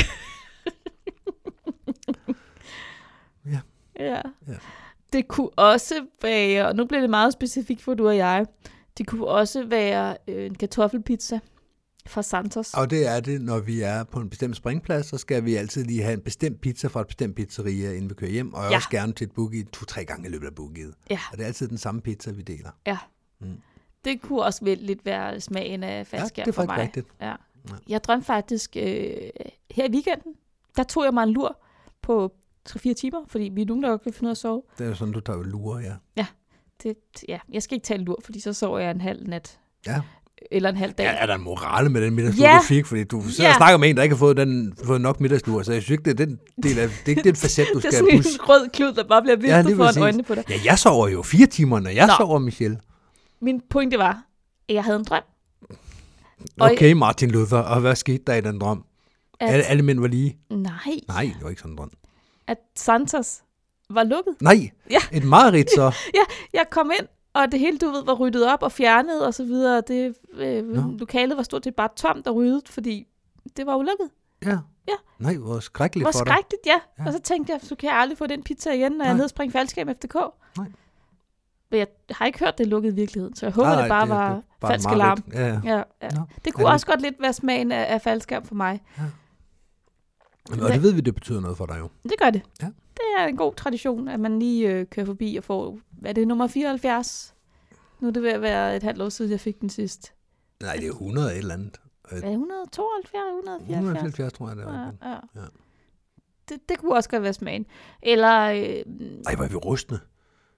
Ja. Ja. Ja. Det kunne også være, og nu bliver det meget specifikt for du og jeg, det kunne også være øh, en kartoffelpizza fra Santos. Og det er det, når vi er på en bestemt springplads, så skal vi altid lige have en bestemt pizza fra et bestemt pizzeria, inden vi kører hjem, og Ja. også gerne til et boogie to-tre gange i løbet af boogiet. Ja. Og det er altid den samme pizza, vi deler. Ja. Mm. Det kunne også vel lidt være smagen af Ja, faldskærm det er for faktisk mig. rigtigt. Ja. Ja. Jeg drømte faktisk øh, her i weekenden, der tog jeg mig en lur på tre fire timer, fordi vi er nogen, der godt kan finde ud af at sove. Det er jo sådan, du tager jo lure, ja. Det, ja, jeg skal ikke tage en lur, fordi så sover jeg en halv nat. Ja. Eller en halv dag. Ja, er der en morale med den middagslur, Ja. du fik? Fordi du sidder Ja. og snakker med en, der ikke har fået, den, fået nok middagslur, så jeg synes ikke, det er den del af, det er ikke den facet, du Det er skal sådan pusse. en rød klud, der bare bliver Ja, viftet lige foran præcis. øjnene på dig. Ja, jeg sover jo fire timer, når jeg Nå. sover, Michelle. Min pointe var, at jeg havde en drøm. Og- Okay, Martin Luther, og hvad skete der i den drøm? At, Alle, alle mænd var lige? nej, Nej, det var ikke sådan en drøm. at Santos var lukket. Nej, Ja. et mareridt så. Jeg kom ind, og det hele, du ved, var ryddet op og fjernet og så videre. Det, øh, Nå. lokalet var stort set bare tomt og ryddet, fordi det var ulukket. Ja. Ja. Nej, hvor skrækkeligt Hvor for dig. skrækkeligt, ja. Ja. Og så tænkte jeg, så kan jeg aldrig få den pizza igen, når jeg Nej. er nede og springe faldskærm efter K. Nej. Men jeg har ikke hørt det lukket i virkeligheden, så jeg håber, Nej, det bare det- var det er bare falsk et alarm. mareridt. Ja, ja. Ja, ja. Nå. Det kunne Er det- også godt lidt være smagen af, af faldskærm for mig. Og det ved vi, det betyder noget for dig jo. Det gør det. Ja. Det er en god tradition, at man lige øh, kører forbi og får, hvad er det, nummer fireoghalvfjerds? Nu er det ved at være et halvt år siden, jeg fik den sidst. Nej, det er hundrede et eller andet. Er det et hundrede og tooghalvfjerds, et hundrede og fireoghalvfjerds? hundrede og halvfjerds, tror jeg, det er. Ja, rigtigt. ja. Ja. Det, det kunne også godt være smagen. Eller, øh, Ej, hvor er vi rustne.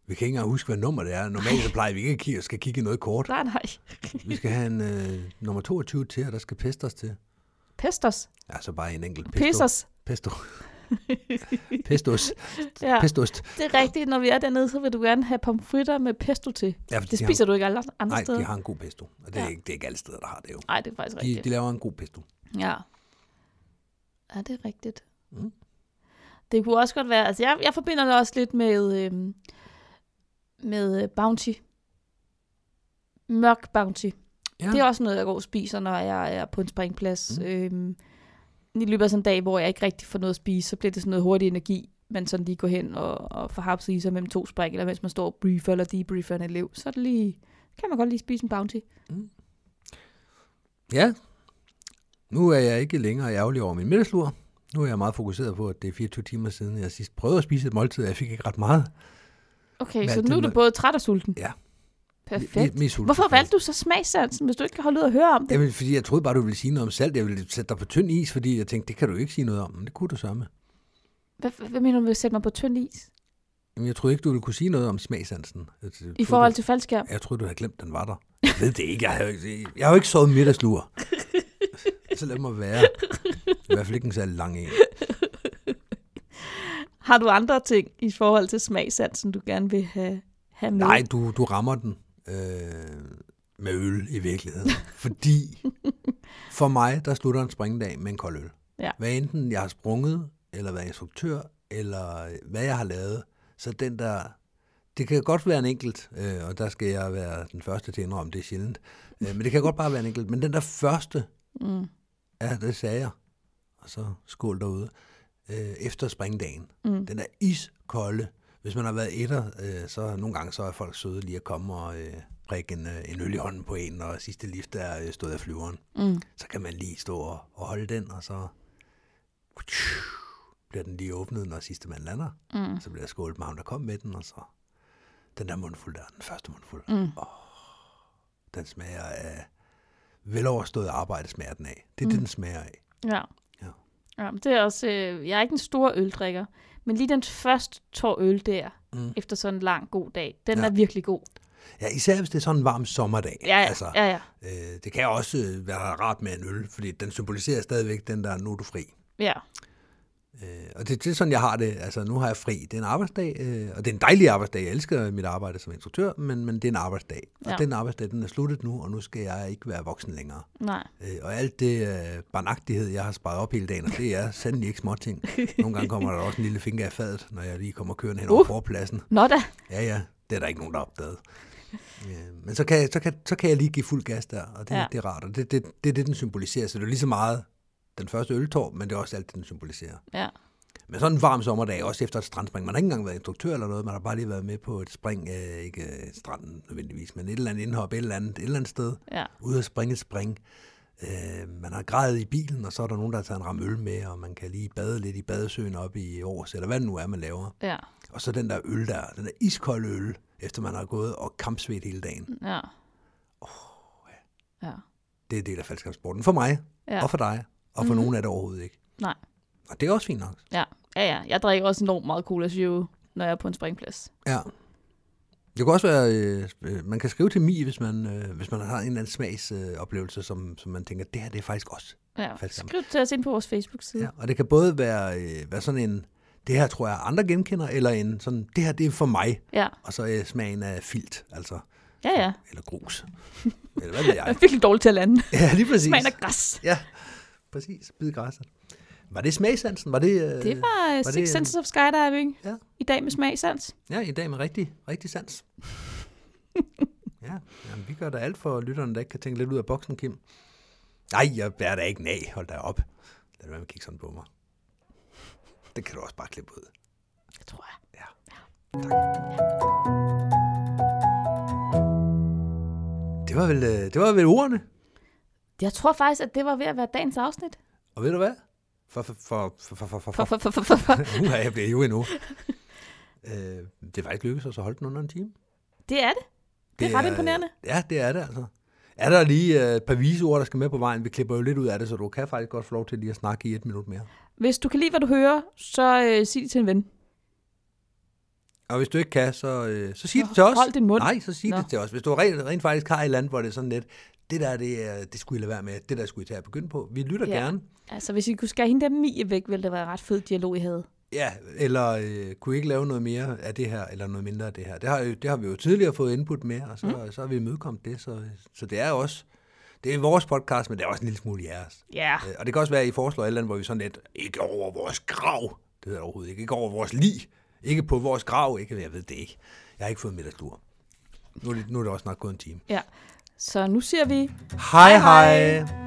Vi kan ikke engang huske, hvad nummer det er. Normalt så plejer vi ikke at kigge, skal kigge i noget kort. Nej, nej. Vi skal have en øh, nummer toogtyve til, og der skal pestos til. Pestos? Ja, så bare en enkelt pesto. Pesos? Pesto. Pestos. Ja, Pestost. det er rigtigt. Når vi er dernede, så vil du gerne have pomfritter med pesto til. Ja, det spiser har... du ikke alle andre nej, steder? Nej, de har en god pesto. Og det er, ja. ikke, det er ikke alle steder, der har det jo. Nej, det er faktisk de, rigtigt. De laver en god pesto. Ja. Ja, det er rigtigt. Mm. Det kunne også godt være... Altså, jeg, jeg forbinder det også lidt med... Øhm, med Bounty. Mørk Bounty. Ja. Det er også noget, jeg går og spiser, når jeg er på en springplads. Mm. Øhm, I løbet af sådan en dag, hvor jeg ikke rigtig får noget at spise, så bliver det sådan noget hurtig energi, man sådan lige går hen og, og får hapset i sig mellem to spring, eller mens man står og briefer eller debriefer en elev, så er det lige, kan man godt lige spise en Bounty. Mm. Ja. Nu er jeg ikke længere ærgerlig over min middagslur. Nu er jeg meget fokuseret på, at det er fireogtyve timer siden, jeg sidst prøvede at spise et måltid, og jeg fik ikke ret meget. Okay, Men så nu er du både træt og sulten? Ja. Perfekt. M- m- Hvorfor valgte du så smagssansen, hvis du ikke kan holde ud og høre om det? Jamen, fordi jeg troede bare, du ville sige noget om salt. Jeg ville sætte dig på tynd is, fordi jeg tænkte, det kan du ikke sige noget om. Men det kunne du så med. Hvad, hvad mener du, vil sætte mig på tynd is? Jamen, jeg troede ikke, du ville kunne sige noget om smagssansen. Jeg troede, I forhold du, til faldskærm? Jeg troede, du havde glemt, den var der. Jeg ved det ikke. Jeg har jo, jeg har jo ikke sovet middagslur. Så lad mig være. I hvert fald ikke en særlig lang en. Har du andre ting i forhold til smagssansen, du gerne vil have, have med? Nej, du, du rammer den øh, med øl i virkeligheden. Fordi for mig, der slutter en springdag med en kold øl. Ja. Hvad enten jeg har sprunget, eller været instruktør, eller hvad jeg har lavet, så den der... Det kan godt være en enkelt, øh, og der skal jeg være den første til at indrømme, det er sjældent. Øh, men det kan godt bare være en enkelt. Men den der første, mm. ja, det sagde jeg. Og så skål derude. Øh, efter springdagen. Mm. Den er iskolde. Hvis man har været etter, øh, så nogle gange så er folk søde lige at komme og øh, prikke en, en øl i hånden på en, og sidste lift er øh, stået af flyveren. Mm. Så kan man lige stå og, og holde den, og så bliver den lige åbnet, når sidste mand lander. Mm. Så bliver der skålet med ham, der kom med den, og så den der mundfuld der, den første mundfuld. Mm. Oh, den smager af veloverstået arbejde, smager den af. Det er mm. det, den smager af. Ja. Ja, det er også, øh, jeg er ikke en stor øldrikker, men lige den første tår øl der, mm. efter sådan en lang god dag, den ja. er virkelig god. Ja, især hvis det er sådan en varm sommerdag. Ja, ja. Altså, ja, ja. Øh, det kan også være rart med en øl, fordi den symboliserer stadigvæk den der, nu er du fri. Ja. Øh, og det, det er sådan, jeg har det. Altså, nu har jeg fri. Det er en arbejdsdag, øh, og det er en dejlig arbejdsdag. Jeg elsker mit arbejde som instruktør, men, men det er en arbejdsdag. Og ja. den arbejdsdag, den er sluttet nu, og nu skal jeg ikke være voksen længere. Nej. Øh, og alt det øh, barnagtighed, jeg har sparet op hele dagen, og det er sandelig ikke småting. Nogle gange kommer der også en lille finger af fadet, når jeg lige kommer kørende hen over uh, forpladsen. Nå da. Ja, ja. Det er der ikke nogen, der har opdaget. Øh, men så kan, så, kan, så kan jeg lige give fuld gas der, og det, ja. det er rart. Og det er det, det, det, den symboliserer. Så det er lige så meget den første øltår, men det er også alt det, den symboliserer. Ja. Men sådan en varm sommerdag, også efter et strandspring. Man har ikke engang været instruktør eller noget, man har bare lige været med på et spring, øh, ikke stranden nødvendigvis, men et eller andet indhop, et eller andet, et eller andet sted, ja. ude at springe et spring. Øh, man har grædet i bilen, og så er der nogen, der har taget en ram øl med, og man kan lige bade lidt i badesøen op i Aarhus, eller hvad det nu er, man laver. Ja. Og så den der øl der, den der iskolde øl, efter man har gået og kampsvedt hele dagen. Ja. Oh, ja. ja. Det er del af faldskærmssporten. For mig, ja. og for dig, og for mm-hmm. nogen er det overhovedet ikke. Nej. Og det er også fint nok. Ja, ja, ja. Jeg drikker også enormt meget Cola Zero, når jeg er på en springplads. Ja. Det kan også være, øh, man kan skrive til mig, hvis man, øh, hvis man har en eller anden smagsoplevelse, øh, som, som man tænker, det her det er faktisk også. Ja, skriv til os ind på vores Facebook-side. Ja, og det kan både være, øh, være sådan en, det her tror jeg andre genkender, eller en sådan, det her det er for mig. Ja. Og så øh, smagen af filt, altså. Ja, ja. Eller grus. Eller hvad ved jeg. Jeg er virkelig dårlig til at lande. Ja, lige præcis. Smagen af græs. Ja, præcis. Bid græsset. Var det smagsansen? Var det, øh, det var, var Six det, Senses of Skydiving. Ja. I dag med smagsans. Ja, i dag med rigtig, rigtig sans. Ja, jamen, vi gør da alt for lytterne, der ikke kan tænke lidt ud af boksen, Kim. Nej, jeg bærer da ikke af. Hold da op. Lad være med at kigge sådan på mig. Det kan du også bare klippe ud. Det tror jeg. Ja. Tak. Det var vel, det var vel ordene. Jeg tror faktisk, at det var ved at være dagens afsnit. Og ved du hvad? For, for, for, for, for, for, for, for, for, for, for, for. Nu er jeg blevet jo endnu. øh, det var ikke lykkedes os at holde den under en time. Det er det. Det er det ret er, imponerende. Ja, det er det altså. Er der lige et par viseord, der skal med på vejen? Vi klipper jo lidt ud af det, så du kan faktisk godt få lov til lige at snakke i et minut mere. Hvis du kan lide, hvad du hører, så øh, sig det til en ven. Og hvis du ikke kan, så, øh, så sig det til os. Hold din mund. Nej, så sig Nå. det til os. Hvis du rent, rent faktisk har et eller andet, hvor det er sådan lidt, det der, det, er, det skulle I lade være med, det der skulle I tage at begynde på. Vi lytter Ja. gerne. Altså, hvis I kunne skære hende der Mie væk, ville det være en ret fed dialog, I havde. Ja, eller øh, kunne I ikke lave noget mere af det her, eller noget mindre af det her. Det har, jo, det har vi jo tidligere fået input med, og så, mm. så har vi imødekommet det. Så, så det er også, det er vores podcast, men det er også en lille smule jeres. Ja. Øh, og det kan også være, at I foreslår et eller andet, hvor vi sådan lidt, ikke over vores grav, det hedder det overhovedet ikke, ikke over vores lig, ikke på vores grav, ikke, jeg ved det ikke. Jeg har ikke fået middagslur. Nu er det, nu er det også snart gået en time. Ja. Så nu siger vi... Hej hej! hej.